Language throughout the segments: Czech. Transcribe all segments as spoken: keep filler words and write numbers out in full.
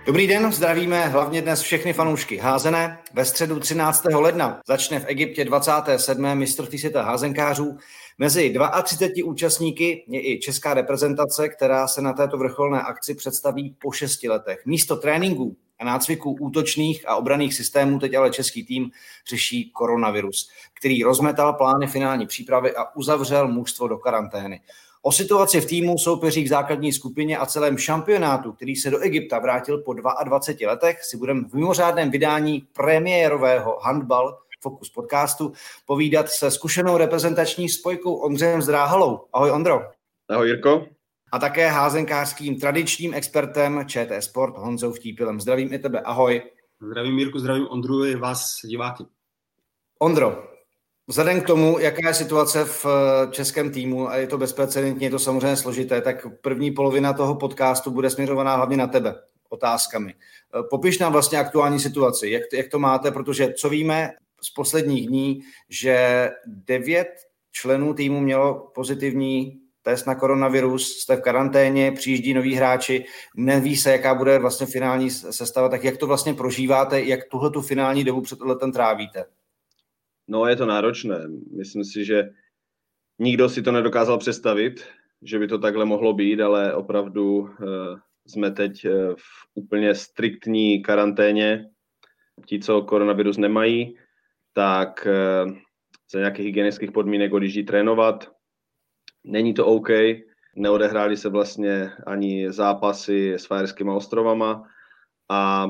Dobrý den, zdravíme hlavně dnes všechny fanoušky házené. Ve středu třináctého ledna začne v Egyptě dvacáté sedmé mistrovství světa házenkářů. Mezi třiceti dvěma účastníky je i česká reprezentace, která se na této vrcholné akci představí po šesti letech. Místo tréninků a nácviků útočných a obranných systémů teď ale český tým řeší koronavirus, který rozmetal plány finální přípravy a uzavřel mužstvo do karantény. O situaci v týmu, soupeřích v základní skupině a celém šampionátu, který se do Egypta vrátil po dvaceti dvou letech, si budeme v mimořádném vydání premiérového Handball Focus podcastu povídat se zkušenou reprezentační spojkou Ondřejem Zdráhalou. Ahoj Ondro. Ahoj Jirko. A také házenkářským tradičním expertem ČT Sport Honzou Vtípilem. Zdravím i tebe, ahoj. Zdravím Jirku, zdravím Ondru i vás diváky. Ondro, vzhledem k tomu, jaká je situace v českém týmu a je to bezprecedentní, je to samozřejmě složité, tak první polovina toho podcastu bude směřovaná hlavně na tebe otázkami. Popiš nám vlastně aktuální situaci, jak to, jak to máte, protože co víme z posledních dní, že devět členů týmu mělo pozitivní test na koronavirus, jste v karanténě, přijíždí noví hráči, neví se, jaká bude vlastně finální sestava, tak jak to vlastně prožíváte, jak tuhle tu finální dobu před letem trávíte? No, je to náročné. Myslím si, že nikdo si to nedokázal představit, že by to takhle mohlo být, ale opravdu e, jsme teď v úplně striktní karanténě. Ti, co koronavirus nemají, tak e, za nějakých hygienických podmínek odjíždí trénovat. Není to OK, neodehrály se vlastně ani zápasy s Fajerskýma ostrovama a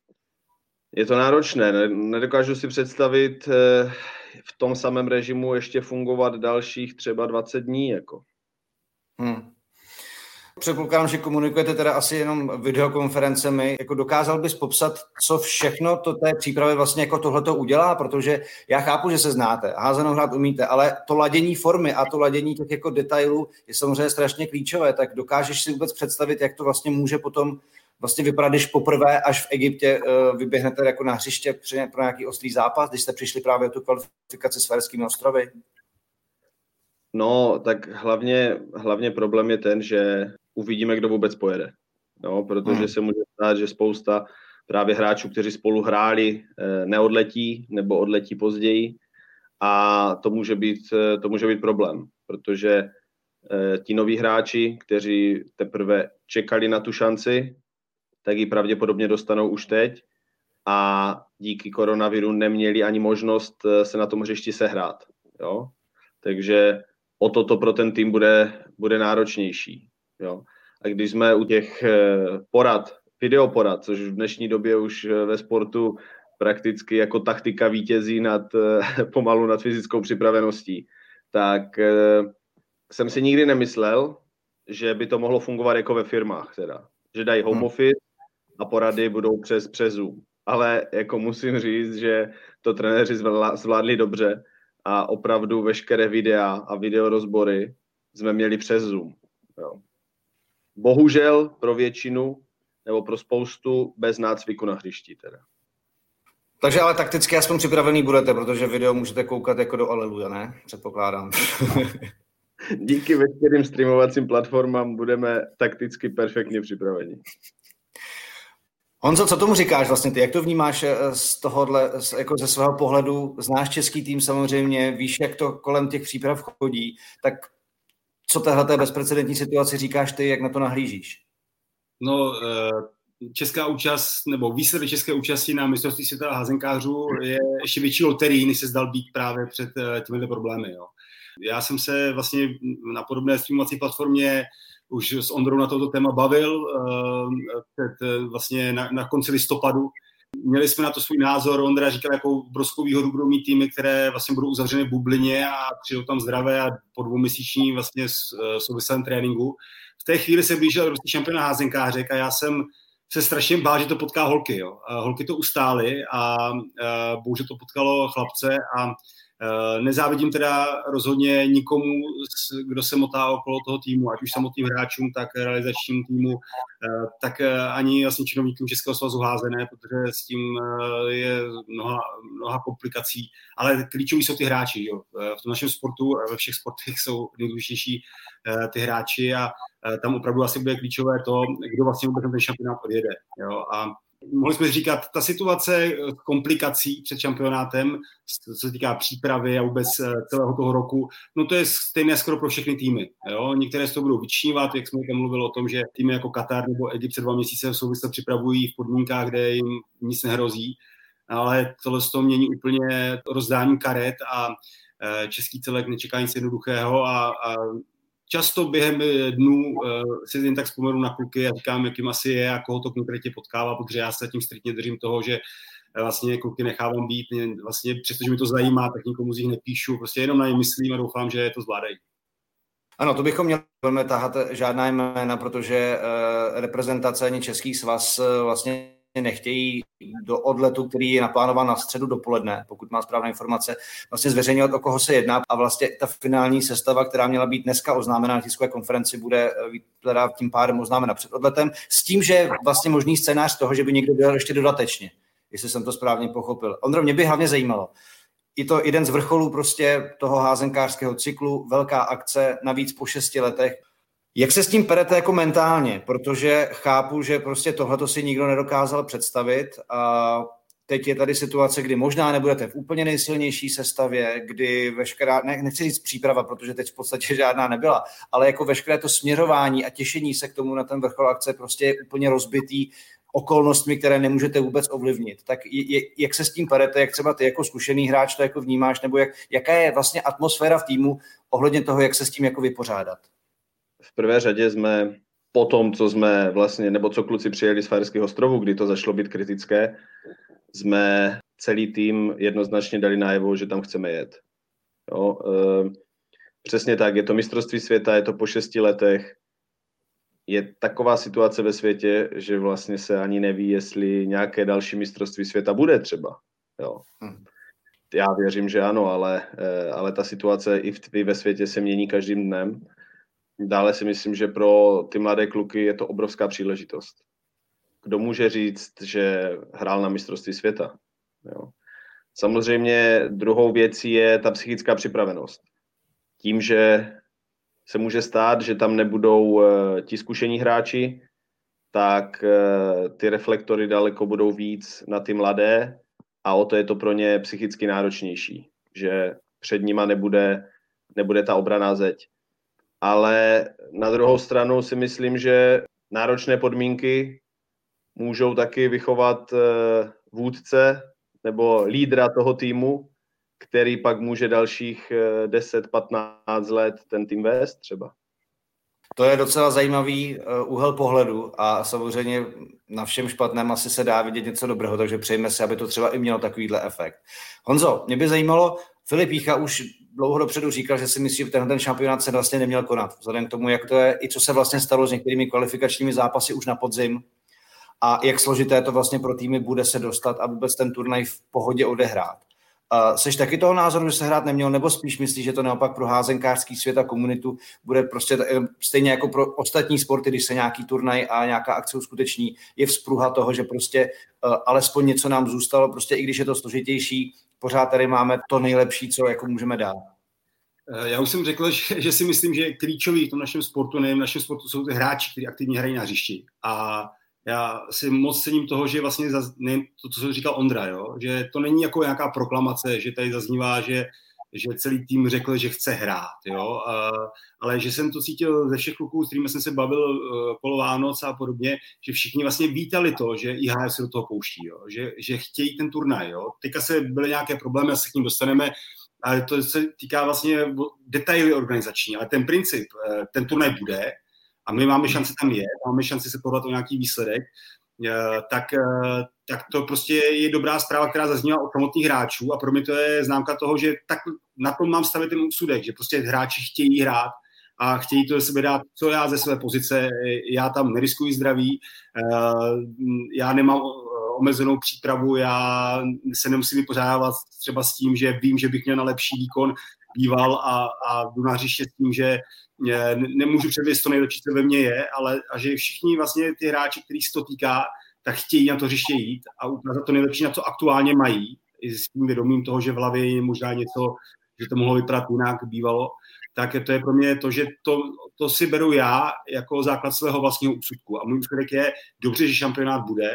je to náročné, nedokážu si představit v tom samém režimu ještě fungovat dalších třeba dvacet dní. Jako. Hmm. Předpokládám, že komunikujete teda asi jenom videokonferencemi. Jako dokázal bys popsat, co všechno to té přípravy vlastně jako tohleto udělá, protože já chápu, že se znáte, házenou hrát umíte, ale to ladění formy a to ladění těch jako detailů je samozřejmě strašně klíčové, tak dokážeš si vůbec představit, jak to vlastně může potom vlastně vypadá, když poprvé až v Egyptě uh, vyběhnete jako na hřiště pro nějaký ostrý zápas, když jste přišli právě o tu kvalifikaci s Fajerskými ostrovy? No, tak hlavně, hlavně problém je ten, že uvidíme, kdo vůbec pojede. No, protože hmm. se může stát, že spousta právě hráčů, kteří spolu hráli, neodletí nebo odletí později a to může být, to může být problém, protože ti noví hráči, kteří teprve čekali na tu šanci, tak ji pravděpodobně dostanou už teď a díky koronaviru neměli ani možnost se na tom hřišti sehrát. Jo? Takže o toto pro ten tým bude, bude náročnější. Jo? A když jsme u těch porad, videoporad, což v dnešní době už ve sportu prakticky jako taktika vítězí nad, pomalu nad fyzickou připraveností, tak jsem si nikdy nemyslel, že by to mohlo fungovat jako ve firmách. Teda. Že dají home office a porady budou přes, přes Zoom. Ale jako musím říct, že to trenéři zvládli dobře a opravdu veškeré videa a videorozbory jsme měli přes Zoom. Jo. Bohužel pro většinu nebo pro spoustu bez nácviku na hřišti. Teda. Takže ale takticky aspoň připravený budete, protože video můžete koukat jako do Aleluja, ne? Předpokládám. Díky veškerým streamovacím platformám budeme takticky perfektně připraveni. Honzo, co tomu říkáš vlastně ty? Jak to vnímáš z tohohle, jako ze svého pohledu? Znáš český tým samozřejmě, víš, jak to kolem těch příprav chodí, tak co téhleté bezprecedentní situaci říkáš ty, jak na to nahlížíš? No, česká účast, nebo výsledek české účasti na mistrovství světa házenkářů je ještě větší loterii, než se zdal být právě před těmito problémy. Jo. Já jsem se vlastně na podobné streamovací platformě už s Ondrou na toto téma bavil uh, před, uh, vlastně na, na konci listopadu. Měli jsme na to svůj názor, Ondra říkal, jakou obrovskou výhodu budou mít týmy, které vlastně budou uzavřeny v bublině a přijdou tam zdravé a po dvouměsíční vlastně souvislém tréninku. V té chvíli se blížil evropský šampion házenkářek a já jsem se strašně bál, že to potká holky. Jo. A holky to ustály a uh, bohužel to potkalo chlapce a Nezávidím teda rozhodně nikomu, kdo se motá okolo toho týmu, ať už samotným hráčům, tak realizačním týmu, tak ani vlastně činovníkům Českého svazu házené, protože s tím je mnoha, mnoha komplikací, ale klíčoví jsou ty hráči. Jo. V tom našem sportu, ve všech sportech jsou nejdůležitější ty hráči a tam opravdu asi bude klíčové to, kdo vlastně vůbec ten šampionát odjede. Jo. A mohli jsme říkat, ta situace komplikací před šampionátem, co se týká přípravy a vůbec celého toho roku, no to je stejné skoro pro všechny týmy. Jo? Některé z toho budou vyčnívat, jak jsme tam mluvili o tom, že týmy jako Katar nebo Egypt se dva měsíce v souvisle připravují v podmínkách, kde jim nic nehrozí, ale tohle z toho mění úplně rozdání karet a český celek nečeká nic jednoduchého a, a často během dnů uh, si jen tak vzpomenu na kluky a říkám, jakým asi je a koho to konkrétně potkává, protože já se tím striktně držím toho, že vlastně kluky nechávám být, vlastně přestože mi to zajímá, tak nikomu z nich nepíšu, prostě jenom na ně myslím a doufám, že to zvládají. Ano, to bychom měli tahat žádná jména, protože uh, reprezentace ani Český svaz uh, vlastně nechtějí do odletu, který je naplánován na středu dopoledne, pokud má správné informace, vlastně zveřejňovat, o koho se jedná a vlastně ta finální sestava, která měla být dneska oznámena na tiskové konferenci, bude teda tím pádem oznámena před odletem, s tím, že je vlastně možný scénář toho, že by někdo byl ještě dodatečně, jestli jsem to správně pochopil. Ondro, mě by hlavně zajímalo, je to jeden z vrcholů prostě toho házenkářského cyklu, velká akce, navíc po šesti letech. Jak se s tím perete jako mentálně? Protože chápu, že prostě tohleto si nikdo nedokázal představit a teď je tady situace, kdy možná nebudete v úplně nejsilnější sestavě, kdy veškerá, ne, nechci říct příprava, protože teď v podstatě žádná nebyla, ale jako veškeré to směrování a těšení se k tomu na ten vrchol akce prostě je úplně rozbitý okolnostmi, které nemůžete vůbec ovlivnit. Tak je, jak se s tím perete, jak třeba ty jako zkušený hráč to jako vnímáš, nebo jak, jaká je vlastně atmosféra v týmu ohledně toho, jak se s tím jako vypořádat? V prvé řadě jsme po tom, co jsme vlastně, nebo co kluci přijeli z Fajerských ostrovů, kdy to začalo být kritické, jsme celý tým jednoznačně dali najevo, že tam chceme jet. Jo, e, přesně tak, je to mistrovství světa, je to po šesti letech. Je taková situace ve světě, že vlastně se ani neví, jestli nějaké další mistrovství světa bude třeba. Jo. Já věřím, že ano, ale, e, ale ta situace i, v, i ve světě se mění každým dnem. Dále si myslím, že pro ty mladé kluky je to obrovská příležitost. Kdo může říct, že hrál na mistrovství světa? Jo. Samozřejmě druhou věcí je ta psychická připravenost. Tím, že se může stát, že tam nebudou uh, ti zkušení hráči, tak uh, ty reflektory daleko budou víc na ty mladé a o to je to pro ně psychicky náročnější, že před nima nebude, nebude ta obranná zeď. Ale na druhou stranu si myslím, že náročné podmínky můžou taky vychovat vůdce nebo lídra toho týmu, který pak může dalších deset patnáct let ten tým vést třeba. To je docela zajímavý úhel pohledu a samozřejmě na všem špatném asi se dá vidět něco dobrého, takže přejme si, aby to třeba i mělo takovýhle efekt. Honzo, mě by zajímalo, Filip Jícha už dlouho dopředu říkal, že si myslí, že tenhle ten šampionát se vlastně neměl konat. Vzhledem k tomu, jak to je, i co se vlastně stalo s některými kvalifikačními zápasy už na podzim a jak složité to vlastně pro týmy bude se dostat a vůbec ten turnaj v pohodě odehrát. Uh, seš taky toho názoru, že se hrát neměl, nebo spíš myslíš, že to naopak pro házenkářský svět a komunitu bude prostě stejně jako pro ostatní sporty, když se nějaký turnaj a nějaká akce uskuteční, je vzpruha toho, že prostě uh, alespoň něco nám zůstalo, prostě i když je to složitější, pořád tady máme to nejlepší, co jako můžeme dát. Já už jsem řekl, že, že si myslím, že klíčový v tom našem sportu, nejen v našem sportu, jsou ty hráči, kteří aktivně hrají na hřišti. A já si moc cením toho, že vlastně ne, to, co říkal Ondra, jo? Že to není jako nějaká proklamace, že tady zaznívá, že, že celý tým řekl, že chce hrát, jo? A, ale že jsem to cítil ze všech kluků, s kterými jsem se bavil uh, kolo Vánoc a podobně, že všichni vlastně vítali to, že I H F se do toho pouští, jo? Že, že chtějí ten turnaj. Jo? Teďka se byly nějaké problémy, se k ním dostaneme, ale to se týká vlastně detaily organizační, ale ten princip, ten turnaj bude, a my máme šanci tam jet, máme šanci se podívat o nějaký výsledek, tak, tak to prostě je dobrá zpráva, která zaznívá od samotných hráčů a pro mě to je známka toho, že tak na tom mám stavit ten úsudek, že prostě hráči chtějí hrát a chtějí to ze sebe dát, co já ze své pozice, já tam neriskuji zdraví, já nemám omezenou přípravu, já se nemusím vypořádávat třeba s tím, že vím, že bych měl na lepší výkon býval a, a jdu na hřiště s tím, že ne, nemůžu předvědět to nejlepší, co ve mně je, ale a že všichni vlastně ty hráči, kterých se to týká, tak chtějí na to hřiště jít a ukázat to nejlepší, na co aktuálně mají, i s tím vědomím toho, že v hlavě je možná něco, že to mohlo vypadat jinak, bývalo, tak to je pro mě to, že to, to si beru já jako základ svého vlastního úsudku. A můj úsudek je dobře, že šampionát bude.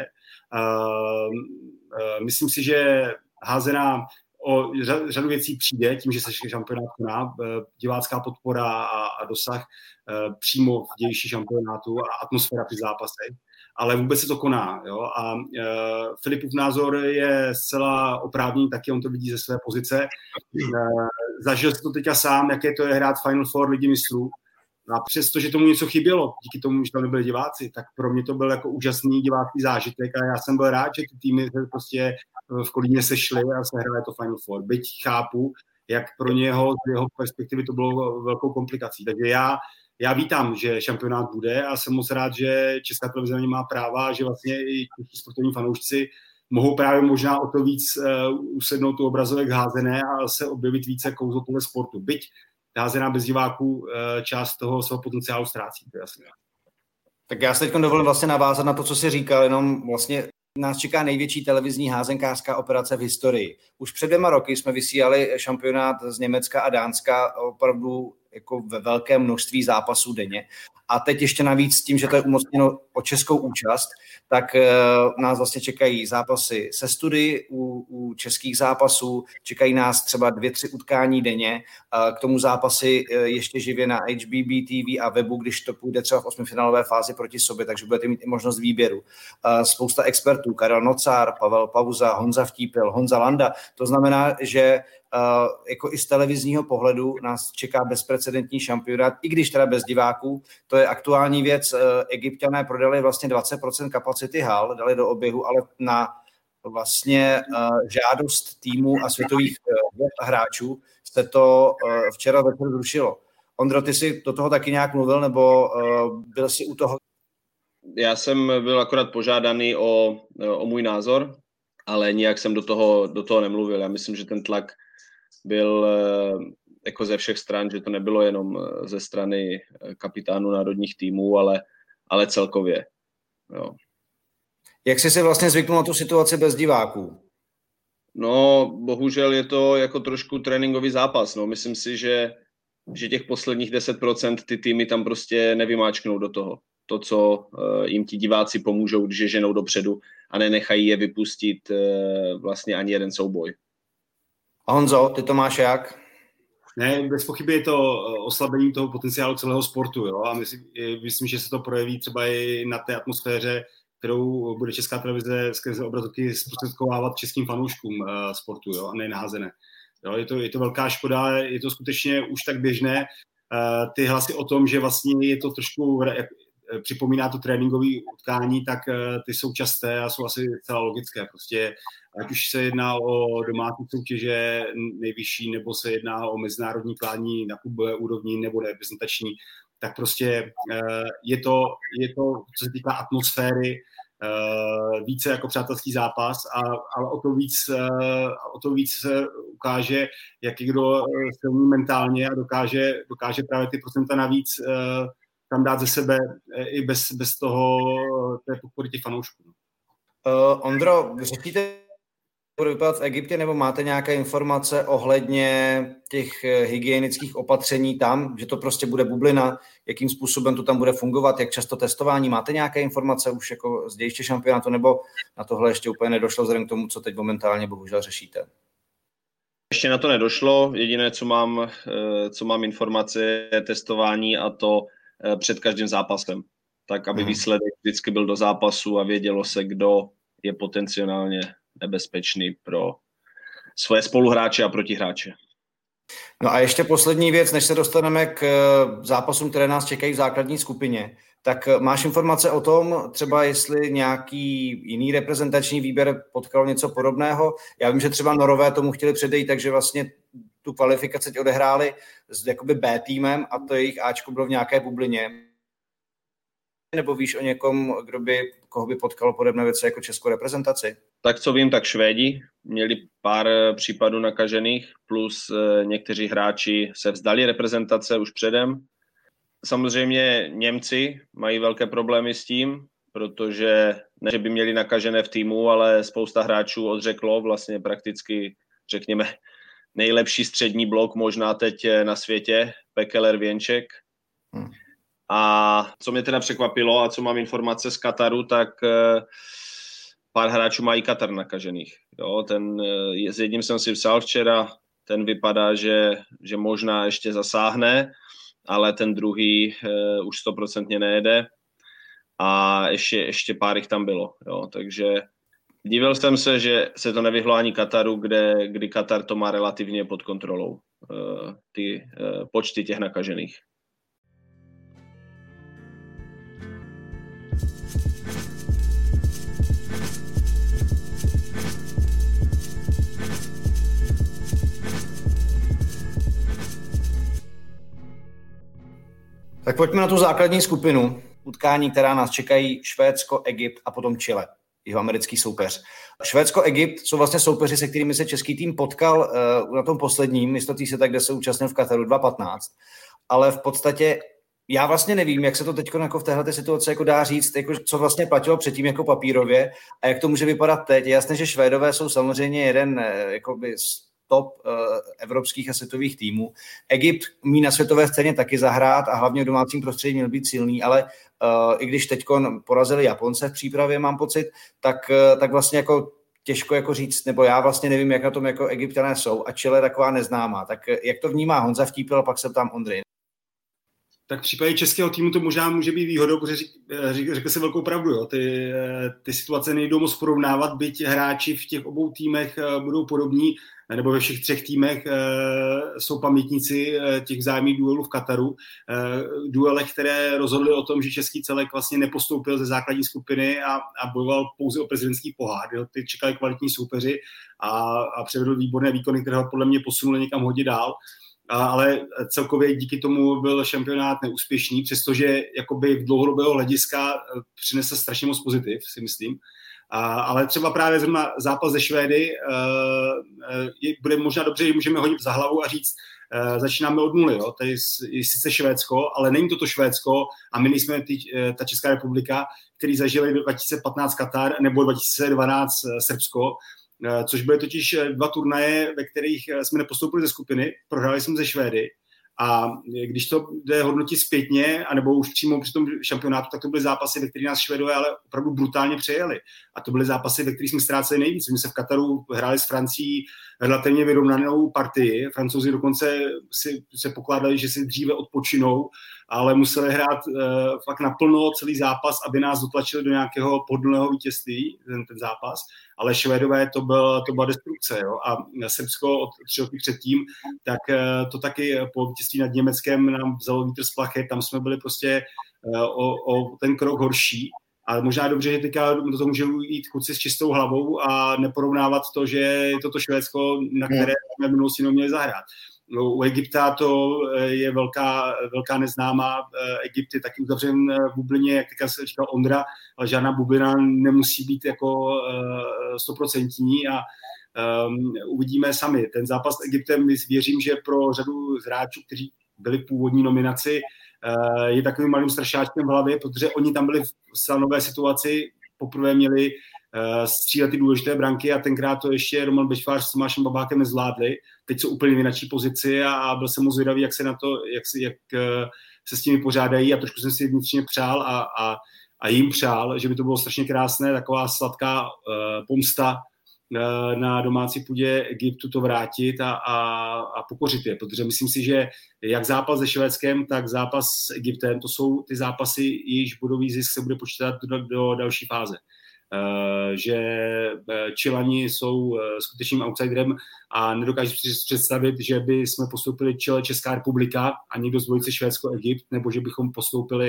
Uh, uh, myslím si, že házená o řadu věcí přijde tím, že se šampionát koná, divácká podpora a, a dosah uh, přímo v dější šampionátu a atmosféra při zápasech. Ale vůbec se to koná. Jo? A uh, Filipův názor je zcela oprávněný, taky on to vidí ze své pozice. Uh, zažil jsi to teďka sám, jaké to je hrát Final Four Ligy mistrů. A přesto, že tomu něco chybělo, díky tomu, že tam nebyli diváci, tak pro mě to byl jako úžasný divácký zážitek a já jsem byl rád, že ty týmy prostě v Kolíně sešly a se hrály to Final Four. Byť chápu, jak pro něho z jeho perspektivy to bylo velkou komplikací. Takže já Já vítám, že šampionát bude a jsem moc rád, že Česká televize na ně má práva a že vlastně i sportovní fanoušci mohou právě možná o to víc uh, usednout tu obrazovek házené a se objevit více kouzlo tohle sportu. Byť házená bez diváků uh, část toho svého potenciálu ztrácí. To je jasné. Tak já se teď dovolím vlastně navázat na to, co jsi říkal, jenom vlastně nás čeká největší televizní házenkářská operace v historii. Už před dvěma roky jsme vysílali šampionát z Německa a Dánska opravdu jako ve velkém množství zápasů denně. A teď ještě navíc tím, že to je umocněno o českou účast, tak uh, nás vlastně čekají zápasy se studii u, u českých zápasů, čekají nás třeba dvě, tři utkání denně, uh, k tomu zápasy uh, ještě živě na H B B T V a webu, když to půjde třeba v osmifinálové fázi proti sobě, takže budete mít i možnost výběru. Uh, spousta expertů, Karel Nocár, Pavel Pauza, Honza Vtípil, Honza Landa, to znamená, že Uh, jako i z televizního pohledu nás čeká bezprecedentní šampionát, i když teda bez diváků. To je aktuální věc. Uh, Egypťané prodali vlastně dvacet procent kapacity hal, dali do oběhu, ale na vlastně uh, žádost týmů a světových uh, hráčů se to uh, včera večer zrušilo. Ondro, ty jsi do toho taky nějak mluvil, nebo uh, byl jsi u toho? Já jsem byl akorát požádaný o, o můj názor, ale nijak jsem do toho, do toho nemluvil. Já myslím, že ten tlak byl jako ze všech stran, že to nebylo jenom ze strany kapitánů národních týmů, ale, ale celkově. Jo. Jak jsi si vlastně zvyknul na tu situaci bez diváků? No, bohužel je to jako trošku tréninkový zápas. No. Myslím si, že, že těch posledních deset procent ty týmy tam prostě nevymáčknou do toho. To, co jim ti diváci pomůžou, když je ženou dopředu a nenechají je vypustit vlastně ani jeden souboj. A Honzo, ty to máš jak? Ne, bez pochyby je to oslabení toho potenciálu celého sportu. Jo? A myslím, myslím, že se to projeví třeba i na té atmosféře, kterou bude Česká televize skrze obrazovky zprostředkovávat českým fanouškům uh, sportu, jo? A nejen házené. Jo? Je, to, je to velká škoda, je to skutečně už tak běžné. Uh, ty hlasy o tom, že vlastně je to trošku, jak, připomíná to tréninkový utkání, tak uh, ty jsou časté a jsou asi celá logické. Prostě ať už se jedná o domácí soutěže nejvyšší, nebo se jedná o mezinárodní klání na klubové úrovni nebo reprezentační, tak prostě je to, je to, co se týká atmosféry, více jako přátelský zápas, a, ale o to víc, o to víc se ukáže, jak je kdo silný mentálně a dokáže, dokáže právě ty procenta navíc tam dát ze sebe i bez, bez toho té podpory těch fanoušků. Uh, Ondro, řešíte, bude vypadat v Egyptě, nebo máte nějaké informace ohledně těch hygienických opatření tam, že to prostě bude bublina, jakým způsobem to tam bude fungovat, jak často testování? Máte nějaké informace už jako z dějiště šampionátu, nebo na tohle ještě úplně nedošlo vzhledem k tomu, co teď momentálně bohužel řešíte? Ještě na to nedošlo. Jediné, co mám, co mám informace, je testování, a to před každým zápasem. Tak, aby hmm. výsledek vždycky byl do zápasu a vědělo se, kdo je potenciálně nebezpečný pro svoje spoluhráče a protihráče. No a ještě poslední věc, než se dostaneme k zápasům, které nás čekají v základní skupině. Tak máš informace o tom, třeba jestli nějaký jiný reprezentační výběr potkal něco podobného? Já vím, že třeba Norové tomu chtěli předejít, takže vlastně tu kvalifikaci odehráli s jakoby B týmem a to jejich Ačko bylo v nějaké bublině. nebo víš o někom, kdo by, koho by potkalo podobné věci jako českou reprezentaci? Tak co vím, tak Švédi měli pár případů nakažených, plus někteří hráči se vzdali reprezentace už předem. Samozřejmě Němci mají velké problémy s tím, protože ne, že by měli nakažené v týmu, ale spousta hráčů odřeklo vlastně prakticky, řekněme, nejlepší střední blok možná teď na světě, Pekeler, Věnček. Hmm. A co mě teda překvapilo a co mám informace z Kataru, tak pár hráčů mají Katar nakažených. Jo, ten, s jedním jsem si psal včera, ten vypadá, že, že možná ještě zasáhne, ale ten druhý uh, už stoprocentně nejede a ještě, ještě pár jich tam bylo. Jo. Takže divil jsem se, že se to nevyhlo ani Kataru, kde, kdy Katar to má relativně pod kontrolou, uh, ty uh, počty těch nakažených. Tak pojďme na tu základní skupinu utkání, která nás čekají: Švédsko, Egypt a potom Chile, jihoamerický soupeř. Švédsko, Egypt jsou vlastně soupeři, se kterými se český tým potkal uh, na tom posledním mistrovství světa, kde se účastnil v Kataru dva tisíce patnáct. Ale v podstatě já vlastně nevím, jak se to teď jako v téhle situaci jako dá říct, jako co vlastně platilo předtím jako papírově a jak to může vypadat teď. Je jasné, že Švédové jsou samozřejmě jeden jakoby z top uh, evropských a světových týmů. Egypt umí na světové scéně taky zahrát a hlavně v domácím prostředí měl být silný, ale uh, i když teďkon porazili Japonce v přípravě, mám pocit, tak, uh, tak vlastně jako těžko jako říct, nebo já vlastně nevím, jak na tom jako Egypťané jsou a Chile taková neznámá. Tak jak to vnímá Honza Vtípil a pak se ptám Ondry. Tak v případě českého týmu to možná může být výhodou, protože řekl si velkou pravdu. Jo. Ty, ty situace nejdou moc porovnávat, byť hráči v těch obou týmech budou podobní, nebo ve všech třech týmech jsou pamětníci těch vzájemných duelů v Kataru. Duelech, které rozhodly o tom, že český celek vlastně nepostoupil ze základní skupiny a, a bojoval pouze o prezidentský pohár. Jo. Ty čekali kvalitní soupeři a, a předvedl výborné výkony, které ho podle mě posunuli někam hodně dál. Ale celkově díky tomu byl šampionát neúspěšný, přestože jakoby v dlouhodobého hlediska přinesl strašně moc pozitiv, si myslím. A, ale třeba právě zrovna zápas ze Švédy uh, je, bude možná dobře, že můžeme hodit za hlavu a říct, uh, začínáme od nuly. Jo? Tady je sice Švédsko, ale není to to Švédsko a my nejsme ty, uh, ta Česká republika, který zažili dva tisíce patnáct Katar nebo dva tisíce dvanáct uh, Srbsko, což byly totiž dva turnaje, ve kterých jsme nepostoupili ze skupiny, prohráli jsme ze Švédy a když to jde hodnotit zpětně, anebo už přímo při tom šampionátu, tak to byly zápasy, ve kterých nás Švédové ale opravdu brutálně přejeli. A to byly zápasy, ve kterých jsme ztráceli nejvíc. My se v Kataru hráli s Francií relativně vyrovnanou partii. Francouzi dokonce si, se pokládali, že si dříve odpočinou, ale museli hrát uh, fakt naplno celý zápas, aby nás dotlačili do nějakého pohodlného vítězství, ten, ten zápas. Ale Švédové to, byl, to byla destrukce. Jo? A Srbsko od tři roky předtím, tak uh, to taky po vítězství nad Německem nám vzalo vítr z plachet. Tam jsme byli prostě uh, o, o ten krok horší. Ale možná dobře, že teďka do toho můžou jít kluci s čistou hlavou a neporovnávat to, že je toto Švédsko, na které jsme v minulosti neměli zahrát. No, u Egypta to je velká, velká neznámá. Egypt je taky uzavřen v bublině, jak teďka se říkal Ondra, ale žádná bublina nemusí být jako stoprocentní a um, uvidíme sami. Ten zápas s Egyptem věřím, že pro řadu z hráčů, kteří byli v původní nominaci, je takovým malým strašáčkem v hlavě, protože oni tam byli v stanové situaci, poprvé měli střílet ty důležité branky a tenkrát to ještě Roman Bečvář s Tomášem Babákem nezvládli. Teď jsou úplně v jináčí pozici a byl jsem moc zvědavý, jak se na to, jak, si, jak se s tím pořádají a trošku jsem si vnitřně přál a, a, a jim přál, že by to bylo strašně krásné, taková sladká uh, pomsta uh, na domácí půdě Egyptu to vrátit a, a, a pokořit je, protože myslím si, že jak zápas se Švédskem, tak zápas s Egyptem, to jsou ty zápasy, jejichž bodový zisk se bude počítat do, do další fáze. Uh, že Čilani jsou uh, skutečným outsiderem a nedokážu si představit, že by jsme postoupili Chile, Česká republika a někdo z dvojice Švédsko-Egypt, nebo že bychom postoupili,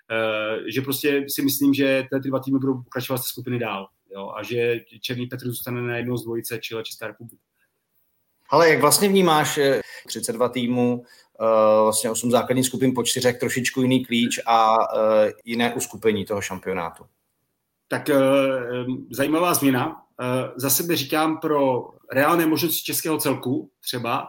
uh, že prostě si myslím, že ty dva týmy budou pokračovat z té skupiny dál, jo, a že Černý Petr zůstane na jednou z dvojice Chile, Česká republika. Ale jak vlastně vnímáš třicet dva týmů, vlastně osm základních skupin po čtyřech, trošičku jiný klíč a jiné uskupení toho šampionátu? Tak zajímavá změna. Za sebe říkám, pro reálné možnosti českého celku třeba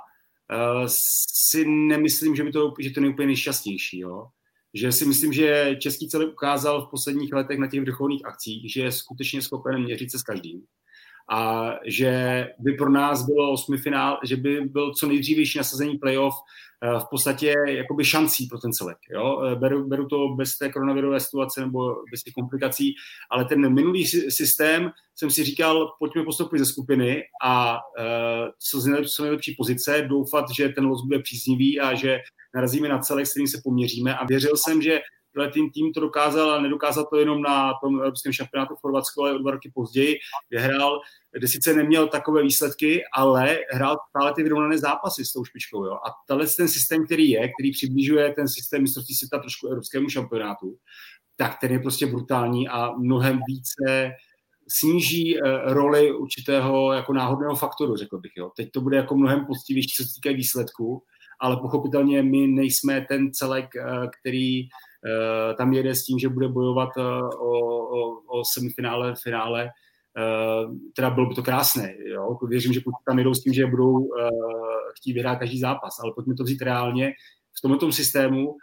si nemyslím, že, by to, že to je úplně nejšťastnější. Jo? Že si myslím, že český celek ukázal v posledních letech na těch vrcholných akcích, že je skutečně schopen měřit se s každým. A že by pro nás bylo osmifinál, že by byl co nejdřívější nasazení playoff v podstatě jakoby šancí pro ten celek. Jo? Beru, beru to bez té koronavirové situace nebo bez těch komplikací, ale ten minulý systém jsem si říkal, pojďme postoupit ze skupiny a co z nejlepší, co nejlepší pozice, doufat, že ten los bude příznivý a že narazíme na celek, s kterým se poměříme, a věřil jsem, že tým, tým to dokázal, a nedokázal to jenom na tom evropském šampionátu v Chorvatsku, ale o dva roky později, kde hrál, kde sice neměl takové výsledky, ale hrál stále ty vyrovnané zápasy s tou špičkou. Jo. A tenhle ten systém, který je, který přibližuje ten systém mistrovství světa trošku evropskému šampionátu, tak ten je prostě brutální a mnohem více sníží roli určitého jako náhodného faktoru, řekl bych. Jo. Teď to bude jako mnohem poctivější, co se týká výsledku, ale pochopitelně my nejsme ten celek, který tam jede s tím, že bude bojovat o, o, o semifinále, finále. Teda bylo by to krásné. Jo? Věřím, že tam jedou s tím, že budou chtít vyhrát každý zápas, ale pojďme to vzít reálně. V tomto systému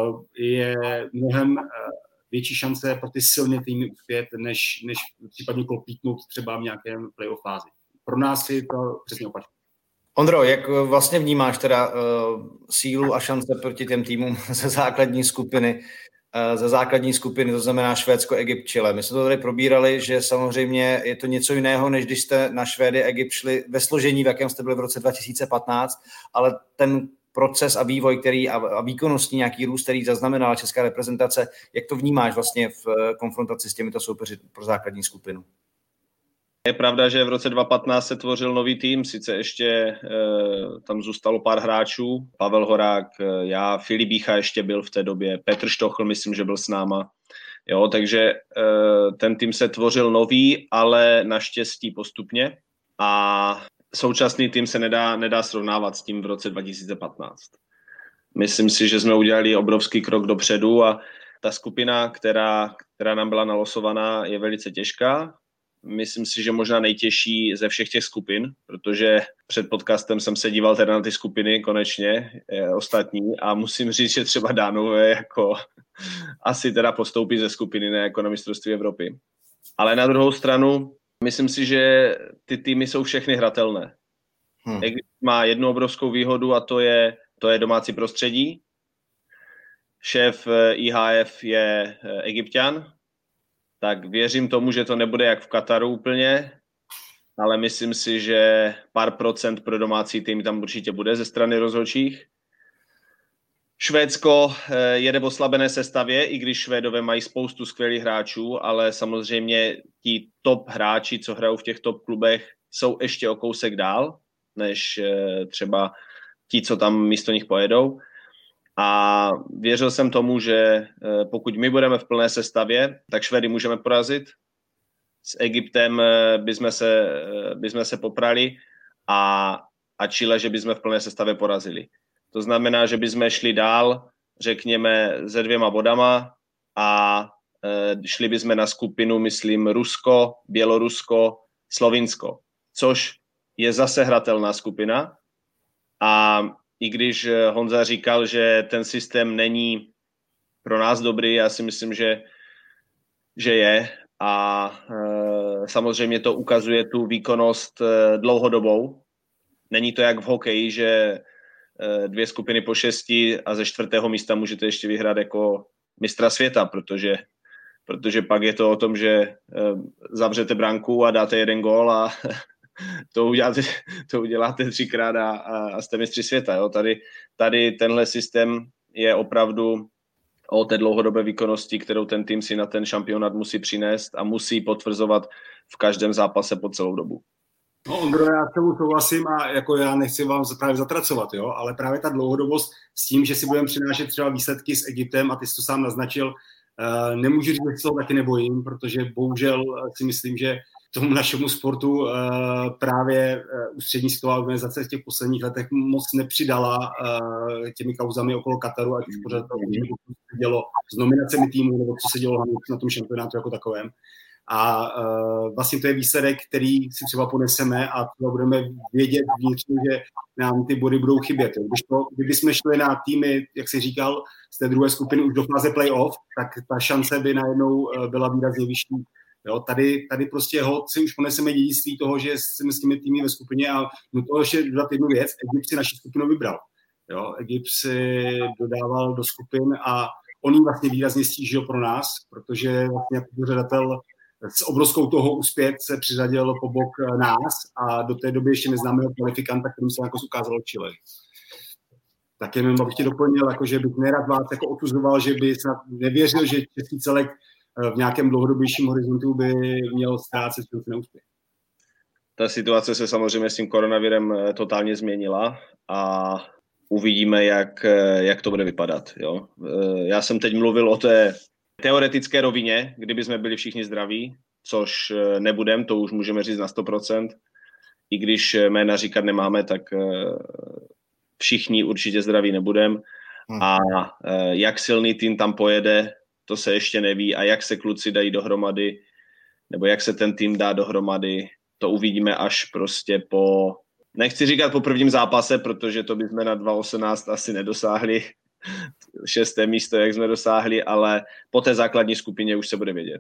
je mnohem větší šance pro ty silné týmy uspět, než, než případně klopítnout třeba v nějakém playoff fázi. Pro nás je to přesně opačně. Ondro, jak vlastně vnímáš teda uh, sílu a šance proti těm týmům ze základní skupiny, uh, ze základní skupiny, to znamená Švédsko, Egypt, Chile. My jsme to tady probírali, že samozřejmě je to něco jiného, než když jste na Švédy, Egypt šli ve složení, v jakém jste byli v roce dva tisíce patnáct, ale ten proces a vývoj, který a, a výkonnostní nějaký růst, který zaznamenala česká reprezentace, jak to vnímáš vlastně v konfrontaci s těmito soupeři pro základní skupinu? Je pravda, že v roce dva tisíce patnáct se tvořil nový tým, sice ještě e, tam zůstalo pár hráčů, Pavel Horák, e, já, Filip Bícha ještě byl v té době, Petr Štochl myslím, že byl s náma, jo, takže e, ten tým se tvořil nový, ale naštěstí postupně a současný tým se nedá, nedá srovnávat s tím v roce dva tisíce patnáct. Myslím si, že jsme udělali obrovský krok dopředu a ta skupina, která, která nám byla nalosovaná, je velice těžká. Myslím si, že možná nejtěžší ze všech těch skupin, protože před podcastem jsem se díval teda na ty skupiny konečně, je, ostatní, a musím říct, že třeba Dánové jako asi teda postoupí ze skupiny, ne jako na mistrovství Evropy. Ale na druhou stranu, myslím si, že ty týmy jsou všechny hratelné. Hmm. Egypt má jednu obrovskou výhodu a to je, to je domácí prostředí. Šéf I H F je Egypťan, tak věřím tomu, že to nebude jak v Kataru úplně, ale myslím si, že pár procent pro domácí tým tam určitě bude ze strany rozhodčích. Švédsko jede v oslabené sestavě, i když Švédové mají spoustu skvělých hráčů, ale samozřejmě ti top hráči, co hrajou v těch top klubech, jsou ještě o kousek dál, než třeba ti, co tam místo nich pojedou. A věřil jsem tomu, že pokud my budeme v plné sestavě, tak Švédy můžeme porazit. S Egyptem bychom se, bychom se poprali a, a Chile, že bychom v plné sestavě porazili. To znamená, že bychom šli dál, řekněme, se dvěma bodama a e, šli bychom na skupinu, myslím, Rusko, Bělorusko, Slovinsko, což je zase hratelná skupina. A i když Honza říkal, že ten systém není pro nás dobrý, já si myslím, že, že je. A e, samozřejmě to ukazuje tu výkonnost e, dlouhodobou. Není to jak v hokeji, že e, dvě skupiny po šesti a ze čtvrtého místa můžete ještě vyhrát jako mistra světa, protože, protože pak je to o tom, že e, zavřete branku a dáte jeden gól a to uděláte, to uděláte třikrát a, a jste mistři světa. Jo? Tady, tady tenhle systém je opravdu o té dlouhodobé výkonnosti, kterou ten tým si na ten šampionát musí přinést a musí potvrzovat v každém zápase po celou dobu. No, Ondro, já s tebou souhlasím a jako já nechci vám právě zatracovat, jo? Ale právě ta dlouhodobost s tím, že si budeme přinášet třeba výsledky s Egyptem, a ty jsi to sám naznačil, uh, nemůžu říct, že se toho taky nebojím, protože bohužel si myslím, že tomu našemu sportu uh, právě uh, ústřední světová organizace v těch posledních letech moc nepřidala uh, těmi kauzami okolo Kataru, ať už pořád to se dělo s nominacemi týmu, nebo co se dělo na tom šampionátu jako takovém. A uh, vlastně to je výsledek, který si třeba poneseme a třeba budeme vědět vnitřně, že nám ty body budou chybět. Když to, kdyby jsme šli na týmy, jak jsi říkal, z té druhé skupiny už do fáze playoff, tak ta šance by najednou uh, byla výrazně vyšší. Jo, tady, tady prostě hod si už poneseme dědictví toho, že jsme s těmi týmy ve skupině a no to ještě dodat jednu věc, Egypt si naši skupinu vybral. Jo, Egypt si dodával do skupin a on jim vlastně výrazně stížil pro nás, protože vlastně jako pořadatel s obrovskou toho úspěch se přiřadil po bok nás a do té doby ještě neznámého kvalifikanta, kterým se jako ukázalo Chile. Tak jenom bych tě doplnil, jako, že bych nerad vás jako otuzoval, že by snad nevěřil, že český celek v nějakém dlouhodobějším horizontu by měl ztrácet šance na úspěch. Ta situace se samozřejmě s tím koronavirem totálně změnila a uvidíme, jak, jak to bude vypadat. Jo. Já jsem teď mluvil o té teoretické rovině, kdyby jsme byli všichni zdraví, což nebudem, to už můžeme říct na sto procent. I když jména říkat nemáme, tak všichni určitě zdraví nebudem. A jak silný tým tam pojede, to se ještě neví. A jak se kluci dají dohromady, nebo jak se ten tým dá dohromady, to uvidíme až prostě po, nechci říkat po prvním zápase, protože to bychom na dva osmnáct asi nedosáhli, šesté místo, jak jsme dosáhli, ale po té základní skupině už se bude vědět.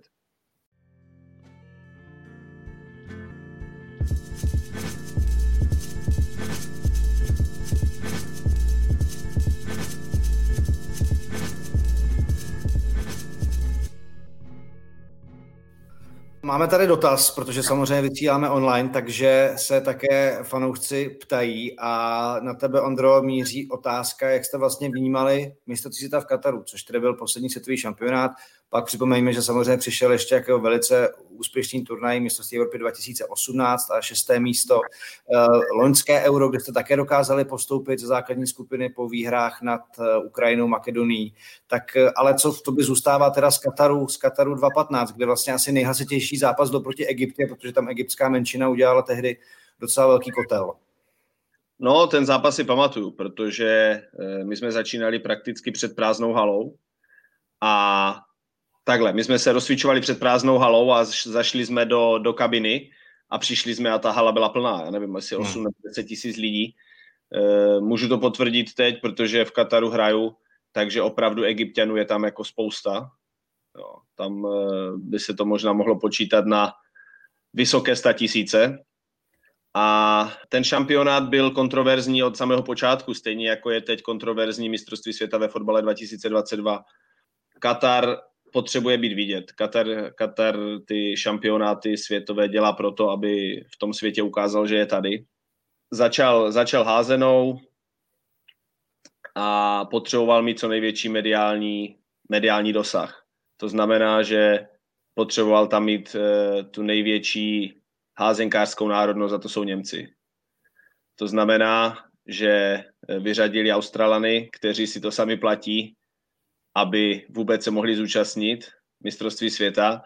Máme tady dotaz, protože samozřejmě vysíláme online, takže se také fanoušci ptají a na tebe, Ondro, míří otázka, jak jste vlastně vnímali mistrovství světa v Kataru, což tedy byl poslední světový šampionát. Pak připomeňme, že samozřejmě přišel ještě jako velice úspěšný turnaj mistrovství Evropy dva tisíce osmnáct a šesté místo loňské Euro, kde jste také dokázali postoupit ze základní skupiny po výhrách nad Ukrajinou, Makedonií. Tak ale co v tobě zůstává teda z Kataru, z Kataru dva patnáct, kde vlastně asi nejhlasitější zápas byl proti Egyptě, protože tam egyptská menšina udělala tehdy docela velký kotel. No, ten zápas si pamatuju, protože my jsme začínali prakticky před prázdnou halou a takhle, my jsme se rozcvičovali před prázdnou halou a zašli jsme do, do kabiny a přišli jsme a ta hala byla plná, já nevím, asi osm nebo deset tisíc lidí. E, můžu to potvrdit teď, protože v Kataru hraju, takže opravdu Egypťanů je tam jako spousta. Jo, tam e, by se to možná mohlo počítat na vysoké statisíce. A ten šampionát byl kontroverzní od samého počátku, stejně jako je teď kontroverzní mistrovství světa ve fotbale dva tisíce dvacet dva. Katar potřebuje být vidět. Katar, Katar ty šampionáty světové dělá proto, aby v tom světě ukázal, že je tady. Začal, začal házenou a potřeboval mít co největší mediální, mediální dosah. To znamená, že potřeboval tam mít uh, tu největší házenkářskou národnost, a to jsou Němci. To znamená, že vyřadili Australany, kteří si to sami platí, aby vůbec se mohli zúčastnit mistrovství světa,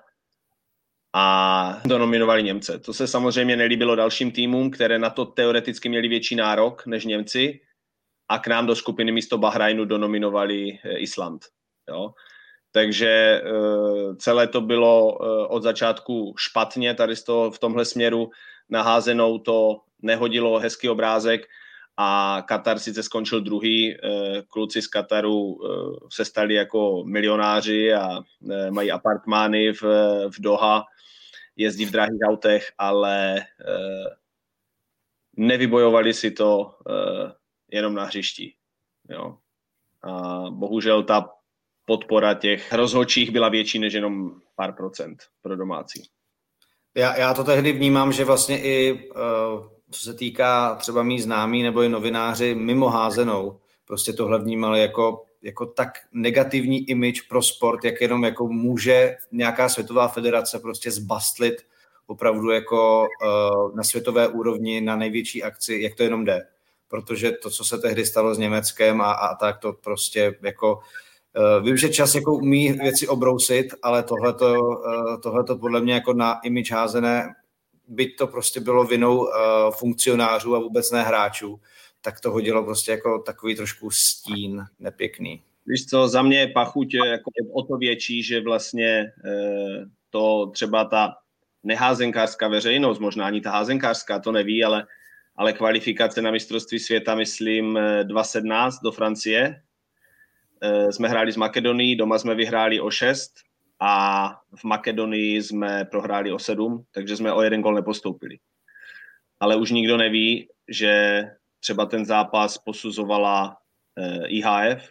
a donominovali Němce. To se samozřejmě nelíbilo dalším týmům, které na to teoreticky měli větší nárok než Němci, a k nám do skupiny místo Bahrajnu donominovali Island. Jo? Takže celé to bylo od začátku špatně, tady z toho, v tomhle směru naházenou to nehodilo hezký obrázek a Katar sice skončil druhý, kluci z Kataru se stali jako milionáři a mají apartmány v, v Doha, jezdí v drahých autech, ale nevybojovali si to jenom na hřišti. Jo. A bohužel ta podpora těch rozhodčích byla větší než jenom pár procent pro domácí. Já, já to tehdy vnímám, že vlastně i uh, co se týká třeba mých známí nebo i novináři mimo házenou, prostě tohle vnímali jako, jako tak negativní image pro sport, jak jenom jako může nějaká světová federace prostě zbastlit opravdu jako uh, na světové úrovni, na největší akci, jak to jenom jde. Protože to, co se tehdy stalo s Německem a, a tak, to prostě jako Uh, vím, že čas jako umí věci obrousit, ale tohleto, uh, tohleto podle mě jako na image házené byť to prostě bylo vinou uh, funkcionářů a vůbec ne hráčů, tak to hodilo prostě jako takový trošku stín nepěkný. Víš co, za mě je pachuť jako o to větší, že vlastně e, to třeba ta neházenkářská veřejnost, možná ani ta házenkářská, to neví, ale, ale kvalifikace na mistrovství světa, myslím, dva tisíce sedmnáct do Francie. E, jsme hráli s Makedonií, doma jsme vyhráli o šest a v Makedonii jsme prohráli o sedm, takže jsme o jeden gol nepostoupili. Ale už nikdo neví, že třeba ten zápas posuzovala e, I H F,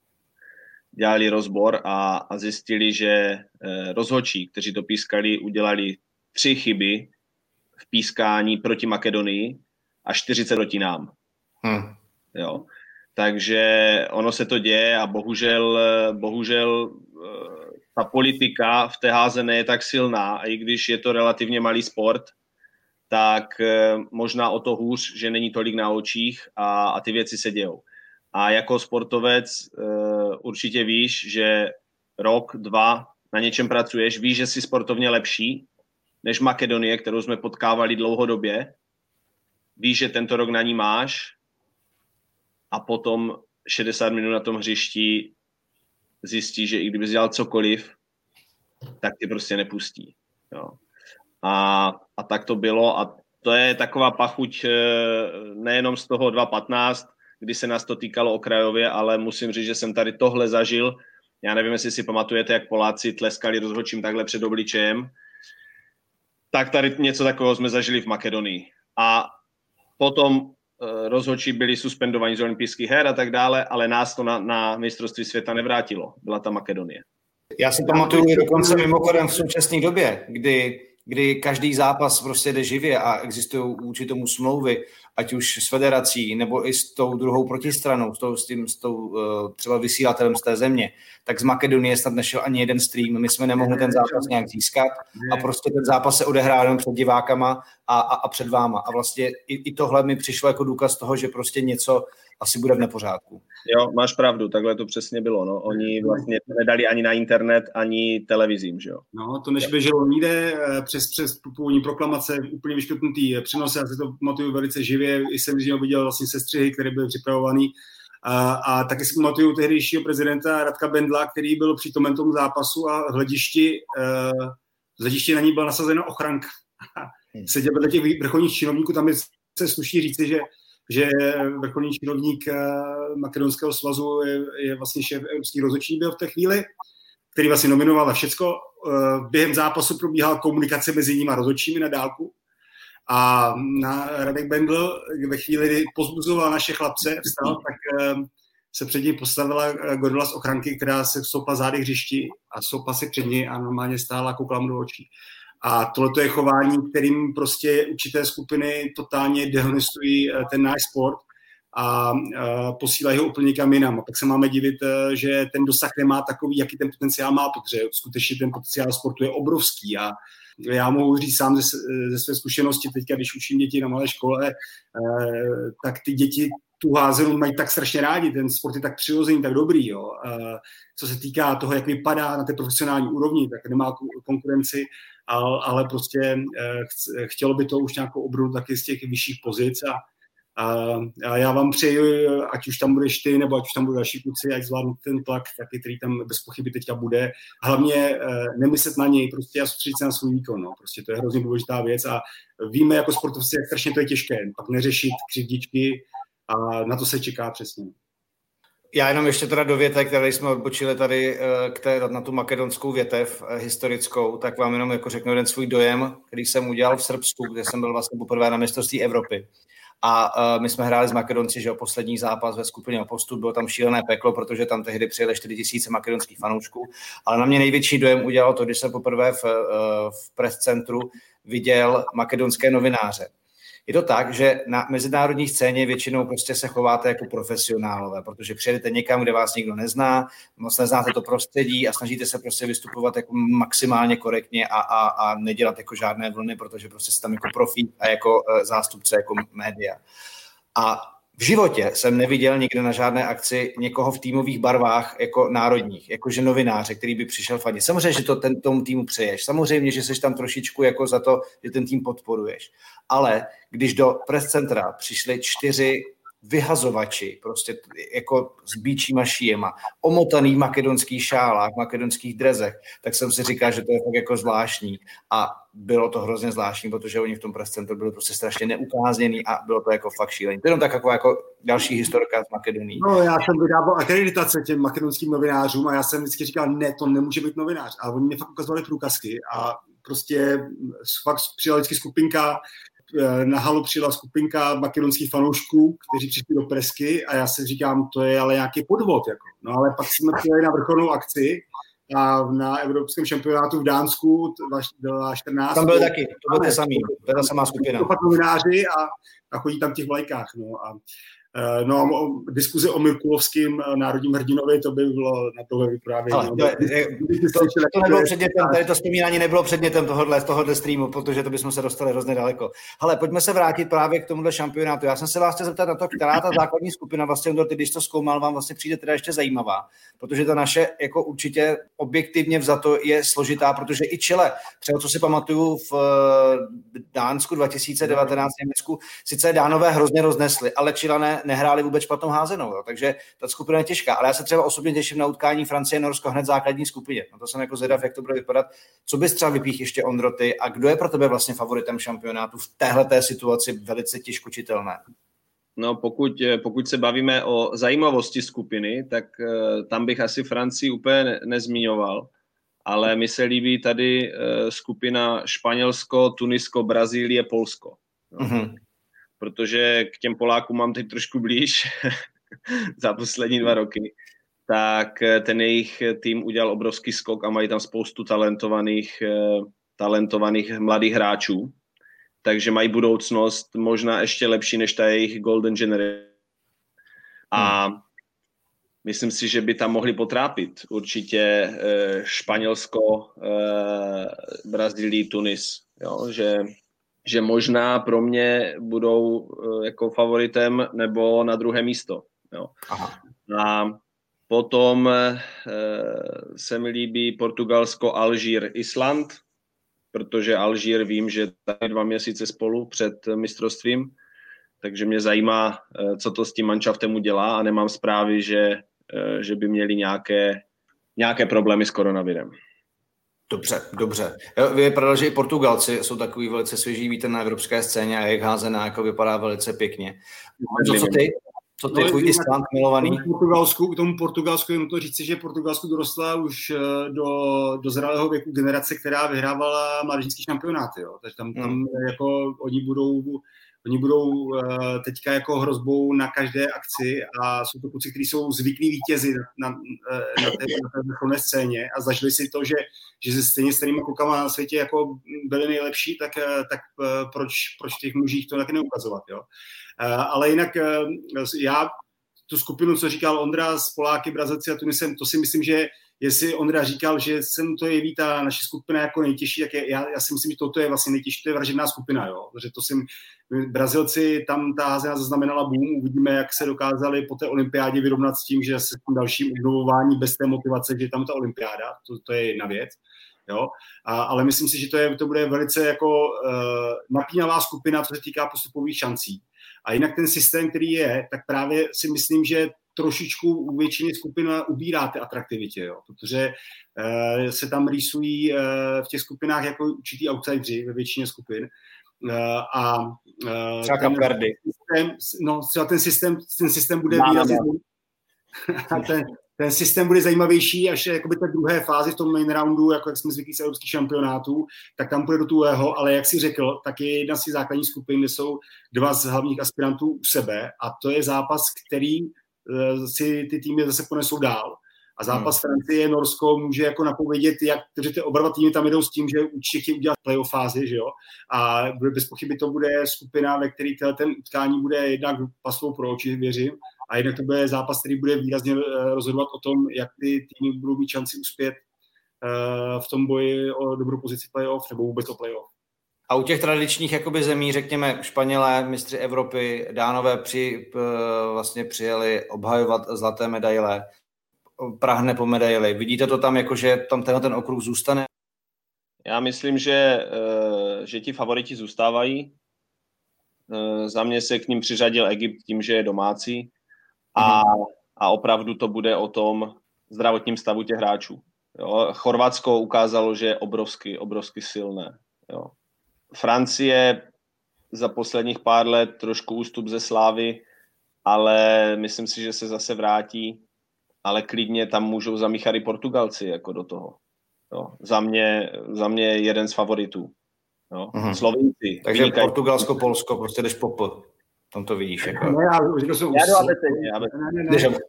dělali rozbor a, a zjistili, že e, rozhodčí, kteří to pískali, udělali tři chyby v pískání proti Makedonii a čtyřicet proti nám. Hmm. Jo. Takže ono se to děje a bohužel, bohužel e, ta politika v té házené je tak silná a i když je to relativně malý sport, tak e, možná o to hůř, že není tolik na očích a, a ty věci se dějou. A jako sportovec uh, určitě víš, že rok, dva na něčem pracuješ, víš, že jsi sportovně lepší než Makedonie, kterou jsme potkávali dlouhodobě. Víš, že tento rok na ní máš a potom šedesát minut na tom hřišti zjistíš, že i kdyby jsi dělal cokoliv, tak tě prostě nepustí. Jo. A, a tak to bylo a to je taková pachuť nejenom z toho dva tisíce patnáct, kdy se nás to týkalo okrajově, ale musím říct, že jsem tady tohle zažil. Já nevím, jestli si pamatujete, jak Poláci tleskali rozhodčím takhle před obličejem. Tak tady něco takového jsme zažili v Makedonii. A potom e, rozhodčí byli suspendovaní z olympijských her a tak dále, ale nás to na, na mistrovství světa nevrátilo. Byla ta Makedonie. Já si pamatuju dokonce mimochodem v současné době, kdy kdy každý zápas prostě jde živě a existují vůči tomu smlouvy, ať už s federací, nebo i s tou druhou protistranou, s, tou, s tím s tou, uh, třeba vysílatelem z té země, tak z Makedonie snad nešel ani jeden stream, my jsme nemohli ten zápas nějak získat a prostě ten zápas se odehrál jenom před divákama a, a, a před váma. A vlastně i, i tohle mi přišlo jako důkaz toho, že prostě něco asi bude v nepořádku. Jo, máš pravdu, takhle to přesně bylo. No. Oni vlastně nedali ani na internet, ani televizím, že jo. No, to než běželo nikde, přes, přes původní proklamace, úplně vyškrtnutý přenos, já si to pamatuju velice živě, i jsem viděl vlastně sestřihy, které byly připravované. A, a taky si pamatuju tehdejšího prezidenta Radka Bendla, který byl přítomen tomu zápasu a v hledišti, uh, v hledišti na ní byla nasazena ochranka. Seděl vedle těch vrcholních činovníků, tam je se sluší říci, že že vrcholný činovník Makedonského svazu je, je vlastně šéf evropských rozhodčí byl v té chvíli, který vlastně nominoval a všecko. Během zápasu probíhala komunikace mezi nimi a rozhodčími na dálku a na Radek Bendl ve chvíli, kdy pozbuzoval naše chlapce, vstal, tak se před ním postavila gorila z ochranky, která se stoupla zády hřišti a stoupla se před ní a normálně stála a koukala mu do očí. A tohle je chování, kterým prostě určité skupiny totálně dehonestují ten náš sport a posílají ho úplně někam jinam. A pak se máme divit, že ten dosah nemá takový, jaký ten potenciál má, protože skutečně ten potenciál sportu je obrovský. A já mohu říct sám ze, ze své zkušenosti, teďka, když učím děti na malé škole, tak ty děti tu házenou mají tak strašně rádi, ten sport je tak přirozený, tak dobrý. Jo. Co se týká toho, jak vypadá na té profesionální úrovni, tak nemá konkurenci, ale prostě chtělo by to už nějakou obrnu taky z těch vyšších pozic a, a já vám přeji, ať už tam budeš ty, nebo ať už tam budou další kluci, ať zvládnu ten tlak, taky, který tam bez pochyby teďka bude. Hlavně nemyslet na něj, prostě a soustředit se na svůj výkon. No. Prostě to je hrozně důležitá věc a víme jako sportovci, jak strašně to je těžké, pak neřešit křivdičky a na to se čeká přesně. Já jenom ještě teda do větek, které jsme odbočili tady k té, na tu makedonskou větev historickou, tak vám jenom jako řeknu jeden svůj dojem, který jsem udělal v Srbsku, kde jsem byl vlastně poprvé na mistrovství Evropy. A uh, my jsme hráli s Makedonci, že jo, poslední zápas ve skupině o postup, bylo tam šílené peklo, protože tam tehdy přijeli čtyři tisíce makedonských fanoušků, ale na mě největší dojem udělalo to, když jsem poprvé v, uh, v press centru viděl makedonské novináře. Je to tak, že na mezinárodní scéně většinou prostě se chováte jako profesionálové, protože přijedete někam, kde vás nikdo nezná, moc neznáte to prostředí a snažíte se prostě vystupovat jako maximálně korektně a, a, a nedělat jako žádné vlny, protože prostě jste tam jako profík a jako zástupce jako média. A V životě jsem neviděl nikde na žádné akci někoho v týmových barvách jako národních, jakože novináře, který by přišel fandit. Samozřejmě, že to ten, tomu týmu přeješ. Samozřejmě, že jsi tam trošičku jako za to, že ten tým podporuješ. Ale když do press centra přišli čtyři vyhazovači, prostě jako s bíčíma šíjema, omotaný v makedonských šálách, v makedonských drezech, tak jsem si říkal, že to je fakt jako zvláštní. A bylo to hrozně zvláštní, protože oni v tom press centru byli prostě strašně neukázněný a bylo to jako fakt šílený. To je jenom tak jako, jako další historka z Makedonii. No, já jsem vydával akreditace těm makedonským novinářům a já jsem vždycky říkal, ne, to nemůže být novinář. A oni mi fakt ukazovali průkazky a prostě fakt přijela vždycky skupinka, na halu přijela skupinka makedonských fanoušků, kteří přišli do presky a já si říkám, to je ale nějaký podvod. Jako. No ale pak jsme přijeli na vrcholnou akci a na evropském šampionátu v Dánsku byla čtrnáct. Tam byl taky, to byl ten samý, to je ta samá skupina. To novináři a, a chodí tam v těch vlajkách. No a No a diskuze o Mirkulovským národním hrdinovi, to by bylo na tohle vyprávění. Ale, to, to, to nebylo předmětem, tady to vzpomínání nebylo předmětem tohohle, tohohle streamu, protože to bychom se dostali hrozně daleko. Ale pojďme se vrátit právě k tomuhle šampionátu. Já jsem se vás chtěl zeptat na to, která ta základní skupina, vlastně, ty, když to zkoumal, vám vlastně přijde teda ještě zajímavá, protože ta naše jako určitě objektivně vzato je složitá, protože i Chile, třeba co si pamatuju v Dánsku dva tisíce devatenáct v Německu, sice Dánové hrozně roznesli, ale Chilené nehráli vůbec špatnou házenou, jo. Takže ta skupina je těžká, ale já se třeba osobně těším na utkání Francie-Norsko hned v základní skupině. No to jsem jako zvědav, jak to bude vypadat. Co bys třeba vypích ještě, Ondro, ty, a kdo je pro tebe vlastně favoritem šampionátu v téhleté situaci velice těžko čitelné? No pokud, pokud se bavíme o zajímavosti skupiny, tak uh, tam bych asi Francii úplně ne- nezmiňoval, ale mi se líbí tady uh, skupina Španělsko, Tunisko, Brazílie, Polsko. No. Mm-hmm. Protože k těm Polákům mám teď trošku blíž za poslední dva roky, tak ten jejich tým udělal obrovský skok a mají tam spoustu talentovaných, talentovaných mladých hráčů, takže mají budoucnost možná ještě lepší než ta jejich Golden Generation. A myslím si, že by tam mohli potrápit určitě Španělsko, Brazílii, Tunis, jo, že že možná pro mě budou uh, jako favoritem nebo na druhé místo. Jo. Aha. A potom uh, se mi líbí Portugalsko, Alžír, Island, protože Alžír vím, že tady dva měsíce spolu před mistrovstvím, takže mě zajímá, uh, co to s tím manšaftem udělá a nemám zprávy, že, uh, že by měli nějaké, nějaké problémy s koronavirem. Dobře, dobře. Vypadalo, že i Portugalci jsou takový velice svěží vítr na evropské scéně a jejich házená jako vypadá velice pěkně. Co, co ty? Co ty, tvůj Island milovaný? K Portugalsku, k tomu Portugalsku je to říci, že Portugalsku dorostla už do, do zralého věku generace, která vyhrávala mládežnický šampionáty. Jo. Takže tam, tam hmm. jako oni budou... Oni budou uh, teďka jako hrozbou na každé akci a jsou to kluci, kteří jsou zvyklí vítězi na, na, na té, na té vrcholné scéně a zažili si to, že, že se stejně starými klukama na světě jako byli nejlepší, tak, tak uh, proč, proč těch mužích to taky neukazovat. Jo? Uh, ale jinak uh, já tu skupinu, co říkal Ondra s Poláky, Brazilci a Tunisem, to si myslím, že jestli Ondra říkal, že se mu to jeví ta naše skupina jako nejtěžší, tak je, já, já si myslím, že toto je vlastně nejtěžší, to je vražedná skupina, jo. Protože to si, Brazilci, tam ta házena zaznamenala boom, uvidíme, jak se dokázali po té olympiádě vyrovnat s tím, že se s tím dalším obnovování bez té motivace, že je tam ta olympiáda, to, to je jedna věc, jo. A, ale myslím si, že to, je, to bude velice jako uh, napínavá skupina, co se týká postupových šancí. A jinak ten systém, který je, tak právě si myslím, že trošičku u většiny skupin ubírá té atraktivitě, jo, protože uh, se tam rýsují uh, v těch skupinách jako určitý outsideri ve většině skupin. Uh, a uh, třeba ten systém, no, třeba ten systém, ten systém bude výrazně ten, ten systém bude zajímavější až jakoby té druhé fázi v tom main roundu, jako jak jsme zvyklí z evropských šampionátů, tak tam půjde do tuhého, ale jak si řekl, tak je jedna z těch základních skupin, kde jsou dva z hlavních aspirantů u sebe a to je zápas, který si ty týmy zase ponesou dál. A zápas hmm. Francie, Norsko může jako napovědět, jak, protože ty oba dva týmy tam jdou s tím, že určitě chtějí udělat playoff fázi, že jo. A bez pochyby to bude skupina, ve které ten utkání bude jednak pasou pro oči, věřím, a jednak to bude zápas, který bude výrazně rozhodovat o tom, jak ty týmy budou mít šanci uspět v tom boji o dobrou pozici playoff nebo vůbec o playoff. A u těch tradičních jakoby zemí, řekněme Španělé, mistři Evropy, Dánové při, vlastně přijeli obhajovat zlaté medaile, prahne po medaili. Vidíte to tam jako, že tam tenhle ten okruh zůstane? Já myslím, že, že ti favoriti zůstávají. Za mě se k ním přiřadil Egypt tím, že je domácí a, a opravdu to bude o tom zdravotním stavu těch hráčů. Jo. Chorvatsko ukázalo, že je obrovsky, obrovsky silné. Jo. Francie za posledních pár let trošku ústup ze slávy, ale myslím si, že se zase vrátí, ale klidně tam můžou zamíchat i Portugalci jako do toho. Jo. Za mě, za mě jeden z favoritů. Jo. Mm-hmm. Slovinci. Takže vynikají. Portugalsko, Polsko, prostě jdeš po P. Tam to vidíš. Jako. Ne, já, že jsem já jdu abeceně. Ne, ne, ne.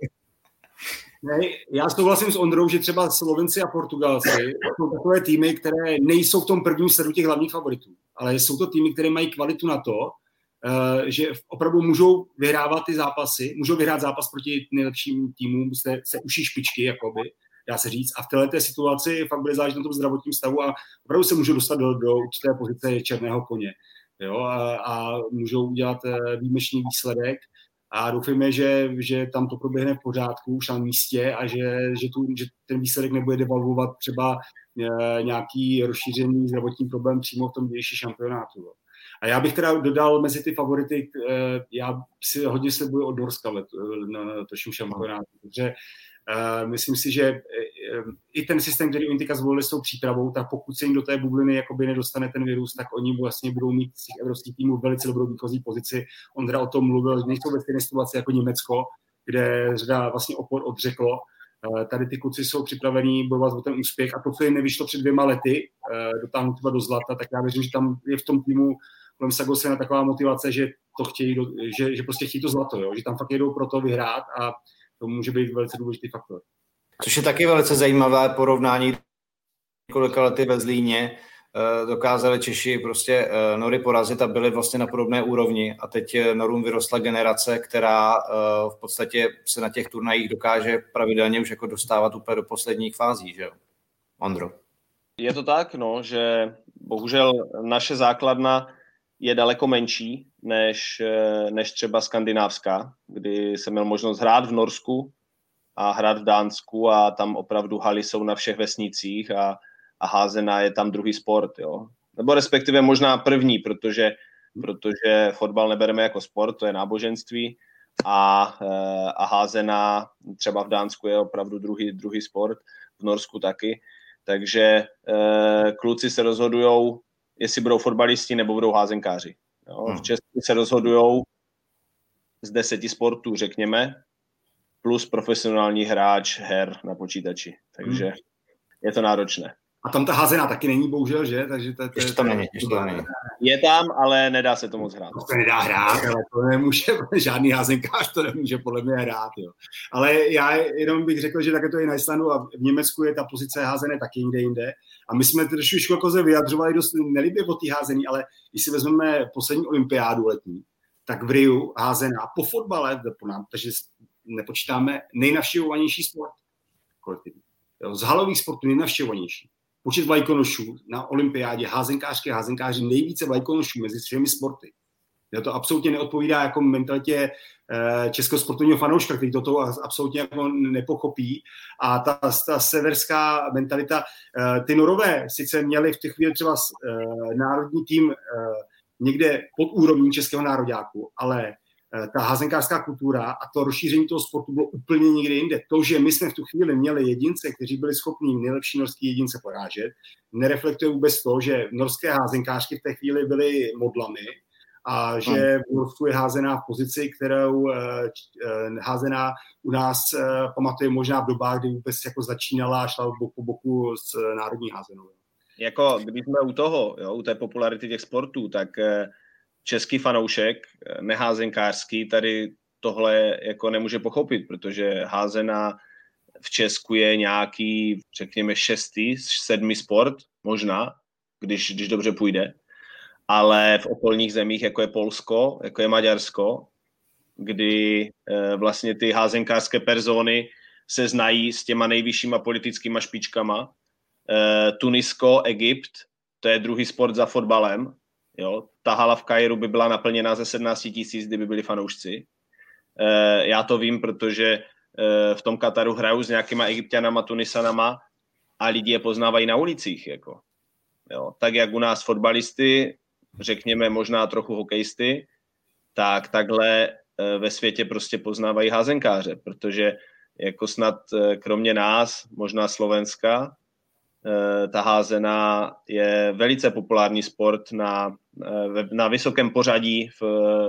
Ne, já souhlasím s Ondrou, že třeba Slovenci a Portugalci jsou takové týmy, které nejsou v tom prvním sledu těch hlavních favoritů, ale jsou to týmy, které mají kvalitu na to, že opravdu můžou vyhrávat ty zápasy, můžou vyhrát zápas proti nejlepším týmům se, se uší špičky, jakoby, dá se říct. A v této situaci fakt bude záležet na tom zdravotním stavu a opravdu se můžou dostat do, do určité pozice černého koně. Jo? A, a můžou udělat výjimečný výsledek. A doufejme, že, že tam to proběhne v pořádku už na místě a že, že, tu, že ten výsledek nebude devalvovat třeba e, nějaký rozšířený zdravotní problém přímo v tom dější šampionátu. A já bych teda dodal mezi ty favority, e, já si hodně slibuji od Norska na, na toším šampionátu, protože e, myslím si, že e, i ten systém, který oni teďka zvolili s tou přípravou, tak pokud se jim do té bubliny jakoby nedostane ten virus, tak oni vlastně budou mít z těch evropských týmů velice dobrou výchozí pozici. Ondra o tom mluvil, že nejsou ve stejné situaci jako Německo, kde řada vlastně opor odřeklo. Tady ty kluci jsou připravení bojovat o ten úspěch a to, co jim nevyšlo před dvěma lety, dotáhnout třeba do zlata, tak já věřím, že tam je v tom týmu kolem Sagosena taková motivace, že to chtějí, že, že prostě chtějí to zlato, jo? Že tam fakt jedou pro to vyhrát a to může být velice důležitý faktor. Což je taky velice zajímavé porovnání několika lety ve Zlíně. Dokázali Češi prostě Nory porazit a byli vlastně na podobné úrovni a teď Norům vyrostla generace, která v podstatě se na těch turnajích dokáže pravidelně už jako dostávat úplně do posledních fází, že jo? Ondro. Je to tak, no, že bohužel naše základna je daleko menší než, než třeba skandinávská, kdy jsem měl možnost hrát v Norsku a hrát v Dánsku a tam opravdu haly jsou na všech vesnicích a, a házená je tam druhý sport, jo. Nebo respektive možná první, protože, protože fotbal nebereme jako sport, to je náboženství a, a házená třeba v Dánsku je opravdu druhý, druhý sport, v Norsku taky. Takže e, kluci se rozhodujou, jestli budou fotbalisti nebo budou házenkáři. Jo. V Česku se rozhodujou z deseti sportů, řekněme, plus profesionální hráč her na počítači. Takže hmm. je to náročné. A tam ta házená taky není, bohužel, že? Takže to, to, ještě tam není, ještě tam není. Je tam, ale nedá se to moc hrát. To se nedá hrát, ale to nemůže, žádný házenkář to nemůže podle mě hrát. Jo. Ale já jenom bych řekl, že také to je na Islandu a v Německu je ta pozice házené taky jinde jinde. A my jsme trošku jako se vyjadřovali dost nelibě o té házení, ale když si vezmeme poslední olympiádu letní, tak v Riu házená po fotbale, takže nepočítáme nejnavštěvovanější sport kolektivní. Jo, z halových sportů nejnavštěvovanější. Počet vlajkonošů na olympiádě, házenkářky a házenkáři nejvíce vlajkonošů mezi všemi sporty. Jo, to absolutně neodpovídá jako mentalitě eh, českého sportovního fanouška, který toto absolutně jako nepochopí. A ta, ta severská mentalita, eh, ty Norové sice měli v těch chvíli třeba eh, národní tým eh, někde pod úrovní českého nároďáku, ale ta házenkářská kultura a to rozšíření toho sportu bylo úplně někde jinde. To, že my jsme v tu chvíli měli jedince, kteří byli schopní nejlepší norský jedince porážet, nereflektuje vůbec to, že norské házenkářky v té chvíli byly modlami a že v Norsku je házená v pozici, kterou házená u nás pamatuje možná v dobách, kdy vůbec jako začínala a šla bok po boku s národní házenou. Jako, když jsme u toho, jo, u té popularity těch sportů, tak český fanoušek, neházenkářský, tady tohle jako nemůže pochopit, protože házená v Česku je nějaký, řekněme, šestý, sedmý sport, možná, když, když dobře půjde, ale v okolních zemích, jako je Polsko, jako je Maďarsko, kdy e, vlastně ty házenkářské persony se znají s těma nejvyššíma politickýma špičkama. E, Tunisko, Egypt, to je druhý sport za fotbalem, Jo? Ta hala v Kairu by byla naplněná ze sedmnáct tisíc, kdyby byli fanoušci. E, já to vím, protože e, v tom Kataru hraju s nějakýma Egypťanama, Tunisanama a lidi je poznávají na ulicích. Jako. Jo? Tak jak u nás fotbalisty, řekněme možná trochu hokejisty, tak takhle e, ve světě prostě poznávají házenkáře, protože jako snad e, kromě nás, možná Slovenska, e, ta házená je velice populární sport na, e, na vysokém pořadí v,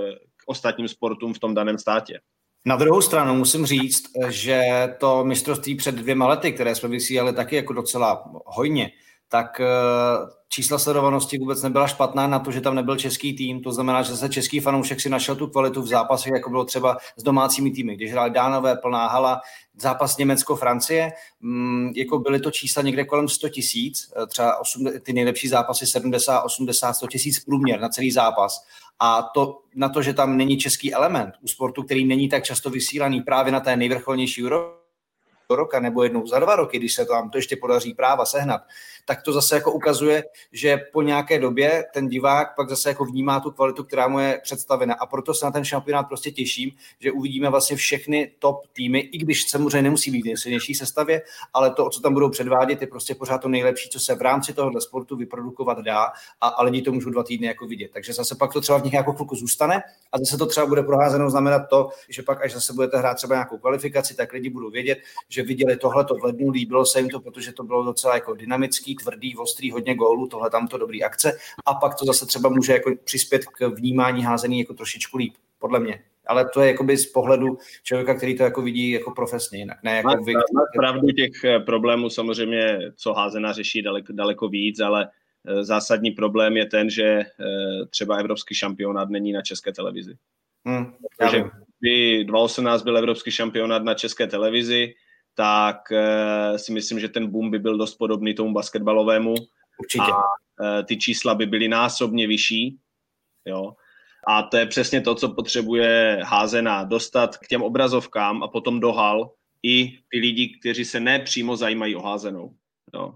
k ostatním sportům v tom daném státě. Na druhou stranu musím říct, že to mistrovství před dvěma lety, které jsme vysílali taky jako docela hojně, tak čísla sledovanosti vůbec nebyla špatná na to, že tam nebyl český tým. To znamená, že se český fanoušek si našel tu kvalitu v zápasech, jako bylo třeba s domácími týmy. Když hráli Dánové, plná hala, zápas Německo-Francie, jako byly to čísla někde kolem sto tisíc, třeba osm, ty nejlepší zápasy sedmdesát, osmdesát, sto tisíc průměr na celý zápas. A to na to, že tam není český element u sportu, který není tak často vysílaný právě na té nejvrcholnější úrovni roka nebo jednou za dva roky, když se to vám to ještě podaří práva sehnat, tak to zase jako ukazuje, že po nějaké době ten divák pak zase jako vnímá tu kvalitu, která mu je představena. A proto se na ten šampionát prostě těším, že uvidíme vlastně všechny top týmy, i když samozřejmě nemusí být v nejsilnější sestavě, ale to, co tam budou předvádět, je prostě pořád to nejlepší, co se v rámci tohohle sportu vyprodukovat dá a, a lidi to můžou dva týdny jako vidět. Takže zase pak to třeba v nich jako chvilku zůstane a zase to třeba bude proházeno znamenat to, že pak až zase budete hrát třeba nějakou kvalifikaci, tak lidi budou vědět, že viděli tohleto v lednu, líbilo se jim to, protože to bylo docela jako dynamický, tvrdý, ostrý, hodně gólů, tohle tamto dobrý akce a pak to zase třeba může jako přispět k vnímání házený jako trošičku líp, podle mě. Ale to je jakoby z pohledu člověka, který to jako vidí jako profesně jinak. Ne jako Má, vy, má pravdu, těch problémů samozřejmě, co házená řeší daleko, daleko víc, ale zásadní problém je ten, že třeba evropský šampionát není na české televizi. Hmm, Takže kdyby dva tisíce osmnáct byl evropský šampionát na české televizi, tak uh, si myslím, že ten boom by byl dost podobný tomu basketbalovému. Určitě. A uh, ty čísla by byly násobně vyšší. Jo. A to je přesně to, co potřebuje házená. Dostat k těm obrazovkám a potom do hal i ty lidi, kteří se nepřímo zajímají o házenou. Jo.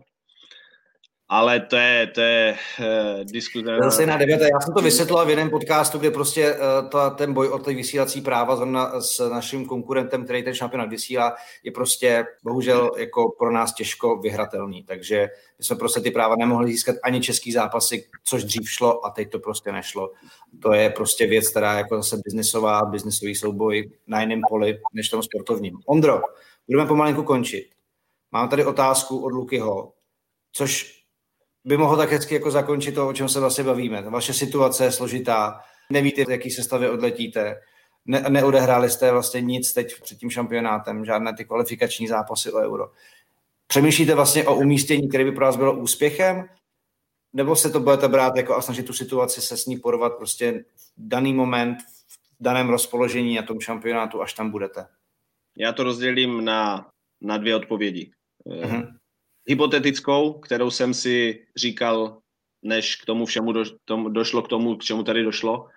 Ale to je, to je uh, diskuze. Zase jiná debata. Já jsem to vysvětlil v jiném podcastu, kde prostě uh, ta, ten boj o ty vysílací práva zrovna s naším konkurentem, který ten šampionát vysílá, je prostě bohužel jako pro nás těžko vyhratelný. Takže my jsme prostě ty práva nemohli získat ani český zápasy, což dřív šlo a teď to prostě nešlo. To je prostě věc, která je jako zase biznisová, biznisový souboj na jiném poli než tom sportovním. Ondro, budeme pomalinku končit. Mám tady otázku od Lukyho, což by mohlo tak hezky jako zakončit to, o čem se vlastně bavíme. Vaše situace je složitá, nevíte, v jaký sestavě odletíte, ne- neodehráli jste vlastně nic teď před tím šampionátem, žádné ty kvalifikační zápasy o euro. Přemýšlíte vlastně o umístění, které by pro vás bylo úspěchem, nebo se to budete brát jako a snažit tu situaci se s ní porovat prostě v daný moment, v daném rozpoložení na tom šampionátu, až tam budete? Já to rozdělím na, na dvě odpovědi. Mm-hmm. Hypotetickou, kterou jsem si říkal, než k tomu všemu do, tomu, došlo k tomu, k čemu tady došlo.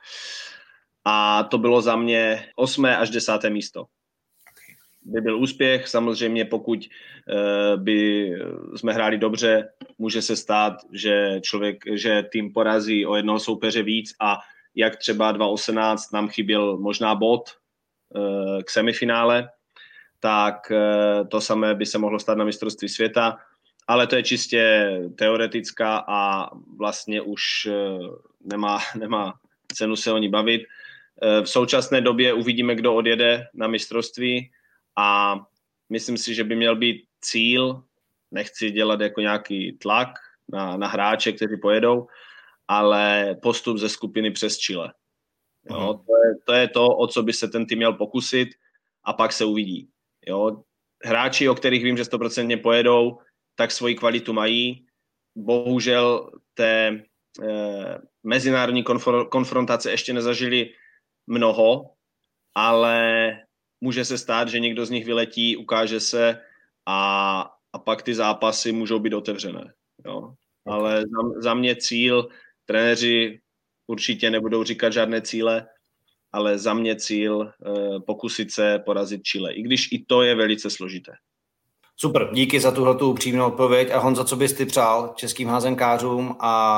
A to bylo za mě osmé až desáté místo. By byl úspěch, samozřejmě pokud uh, by jsme hráli dobře, může se stát, že člověk, že tým porazí o jednoho soupeře víc a jak třeba dva tisíce osmnáct nám chyběl možná bod uh, k semifinále, tak uh, to samé by se mohlo stát na mistrovství světa. Ale to je čistě teoretická a vlastně už nemá, nemá cenu se o ní bavit. V současné době uvidíme, kdo odjede na mistrovství a myslím si, že by měl být cíl, nechci dělat jako nějaký tlak na, na hráče, kteří pojedou, ale postup ze skupiny přes Chile. Jo, to, je, to je to, o co by se ten tým měl pokusit a pak se uvidí. Jo. Hráči, o kterých vím, že stoprocentně pojedou, tak svoji kvalitu mají. Bohužel té eh, mezinárodní konfr- konfrontace ještě nezažili mnoho, ale může se stát, že někdo z nich vyletí, ukáže se a, a pak ty zápasy můžou být otevřené. Jo. Ale za, za mě cíl, trenéři určitě nebudou říkat žádné cíle, ale za mě cíl eh, pokusit se porazit Chile, i když i to je velice složité. Super, díky za tuhletu upřímnou odpověď. A Honzo, co bys ty přál českým házenkářům a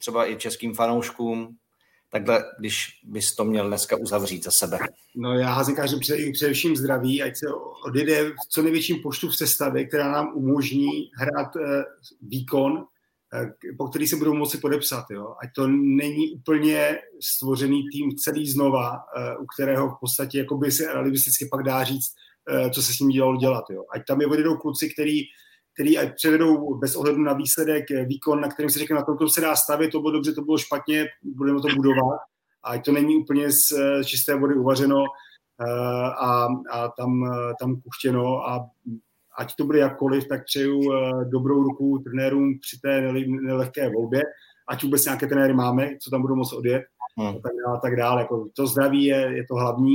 třeba i českým fanouškům? Takhle, když bys to měl dneska uzavřít za sebe. No já házenkářům přeji především zdraví, ať se odjede v co největším počtu v sestavě, která nám umožní hrát eh, výkon, eh, po který se budou moci podepsat. Jo? Ať to není úplně stvořený tým celý znova, eh, u kterého v podstatě jakoby se realisticky pak dá říct, eh, co se s ním dělalo dělat. Jo? Ať tam je odjedou kluci, který který ať převedou bez ohledu na výsledek výkon, na kterém se řekne, na tom se dá stavět, to bylo dobře, to bylo špatně, budeme to budovat. A ať to není úplně z čisté vody uvařeno a, a tam, tam kuchtěno a ať to bude jakkoliv, tak přeju dobrou ruku trenérům při té nelehké volbě, ať vůbec nějaké trenéry máme, co tam budou moct odjet hmm. a tak dále. Tak dále. Jako to zdraví je, je to hlavní.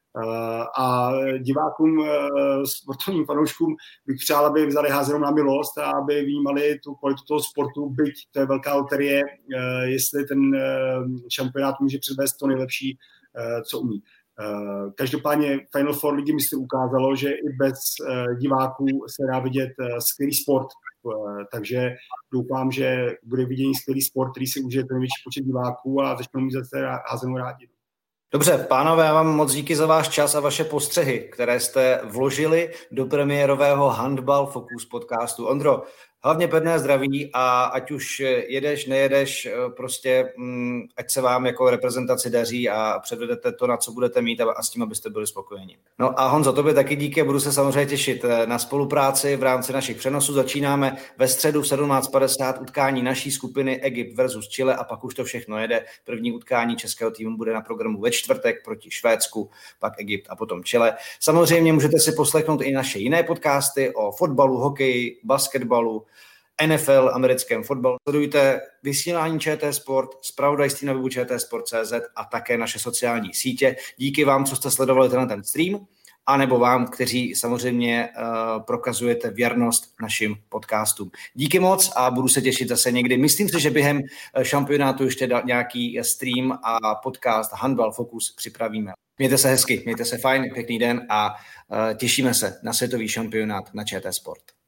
A divákům, sportovním fanouškům bych přál, aby vzali házenou na milost a aby vnímali tu kvalitu toho sportu, byť to je velká loterie, jestli ten šampionát může předvést to nejlepší, co umí. Každopádně Final Four ligy mistrů ukázalo, že i bez diváků se dá vidět skvělý sport, takže doufám, že bude viděný skvělý sport, který si užije ten větší počet diváků a začnou mít zase házenou rádi. Dobře, pánové, já vám moc díky za váš čas a vaše postřehy, které jste vložili do premiérového Handball Focus podcastu. Ondro, hlavně pevné zdraví a ať už jedeš, nejedeš, prostě hm, ať se vám jako reprezentaci daří a předvedete to, na co budete mít a, a s tím, abyste byli spokojeni. No a Honzo, tobě taky díky a budu se samozřejmě těšit na spolupráci v rámci našich přenosů. Začínáme ve středu v sedmnáct padesát utkání naší skupiny Egypt versus Chile a pak už to všechno jede. První utkání českého týmu bude na programu ve čtvrtek proti Švédsku, pak Egypt a potom Chile. Samozřejmě můžete si poslechnout i naše jiné podcasty o fotbalu, hokeji, basketbalu, N F L, americkém fotbalu. Sledujte vysílání ČT Sport, zpravodajství na webu č t sport tečka c z a také naše sociální sítě. Díky vám, co jste sledovali tenhle ten stream, anebo vám, kteří samozřejmě uh, prokazujete věrnost našim podcastům. Díky moc a budu se těšit zase někdy. Myslím si, že během šampionátu ještě nějaký stream a podcast Handball Focus připravíme. Mějte se hezky, mějte se fajn, pěkný den a uh, těšíme se na světový šampionát na ČT Sport.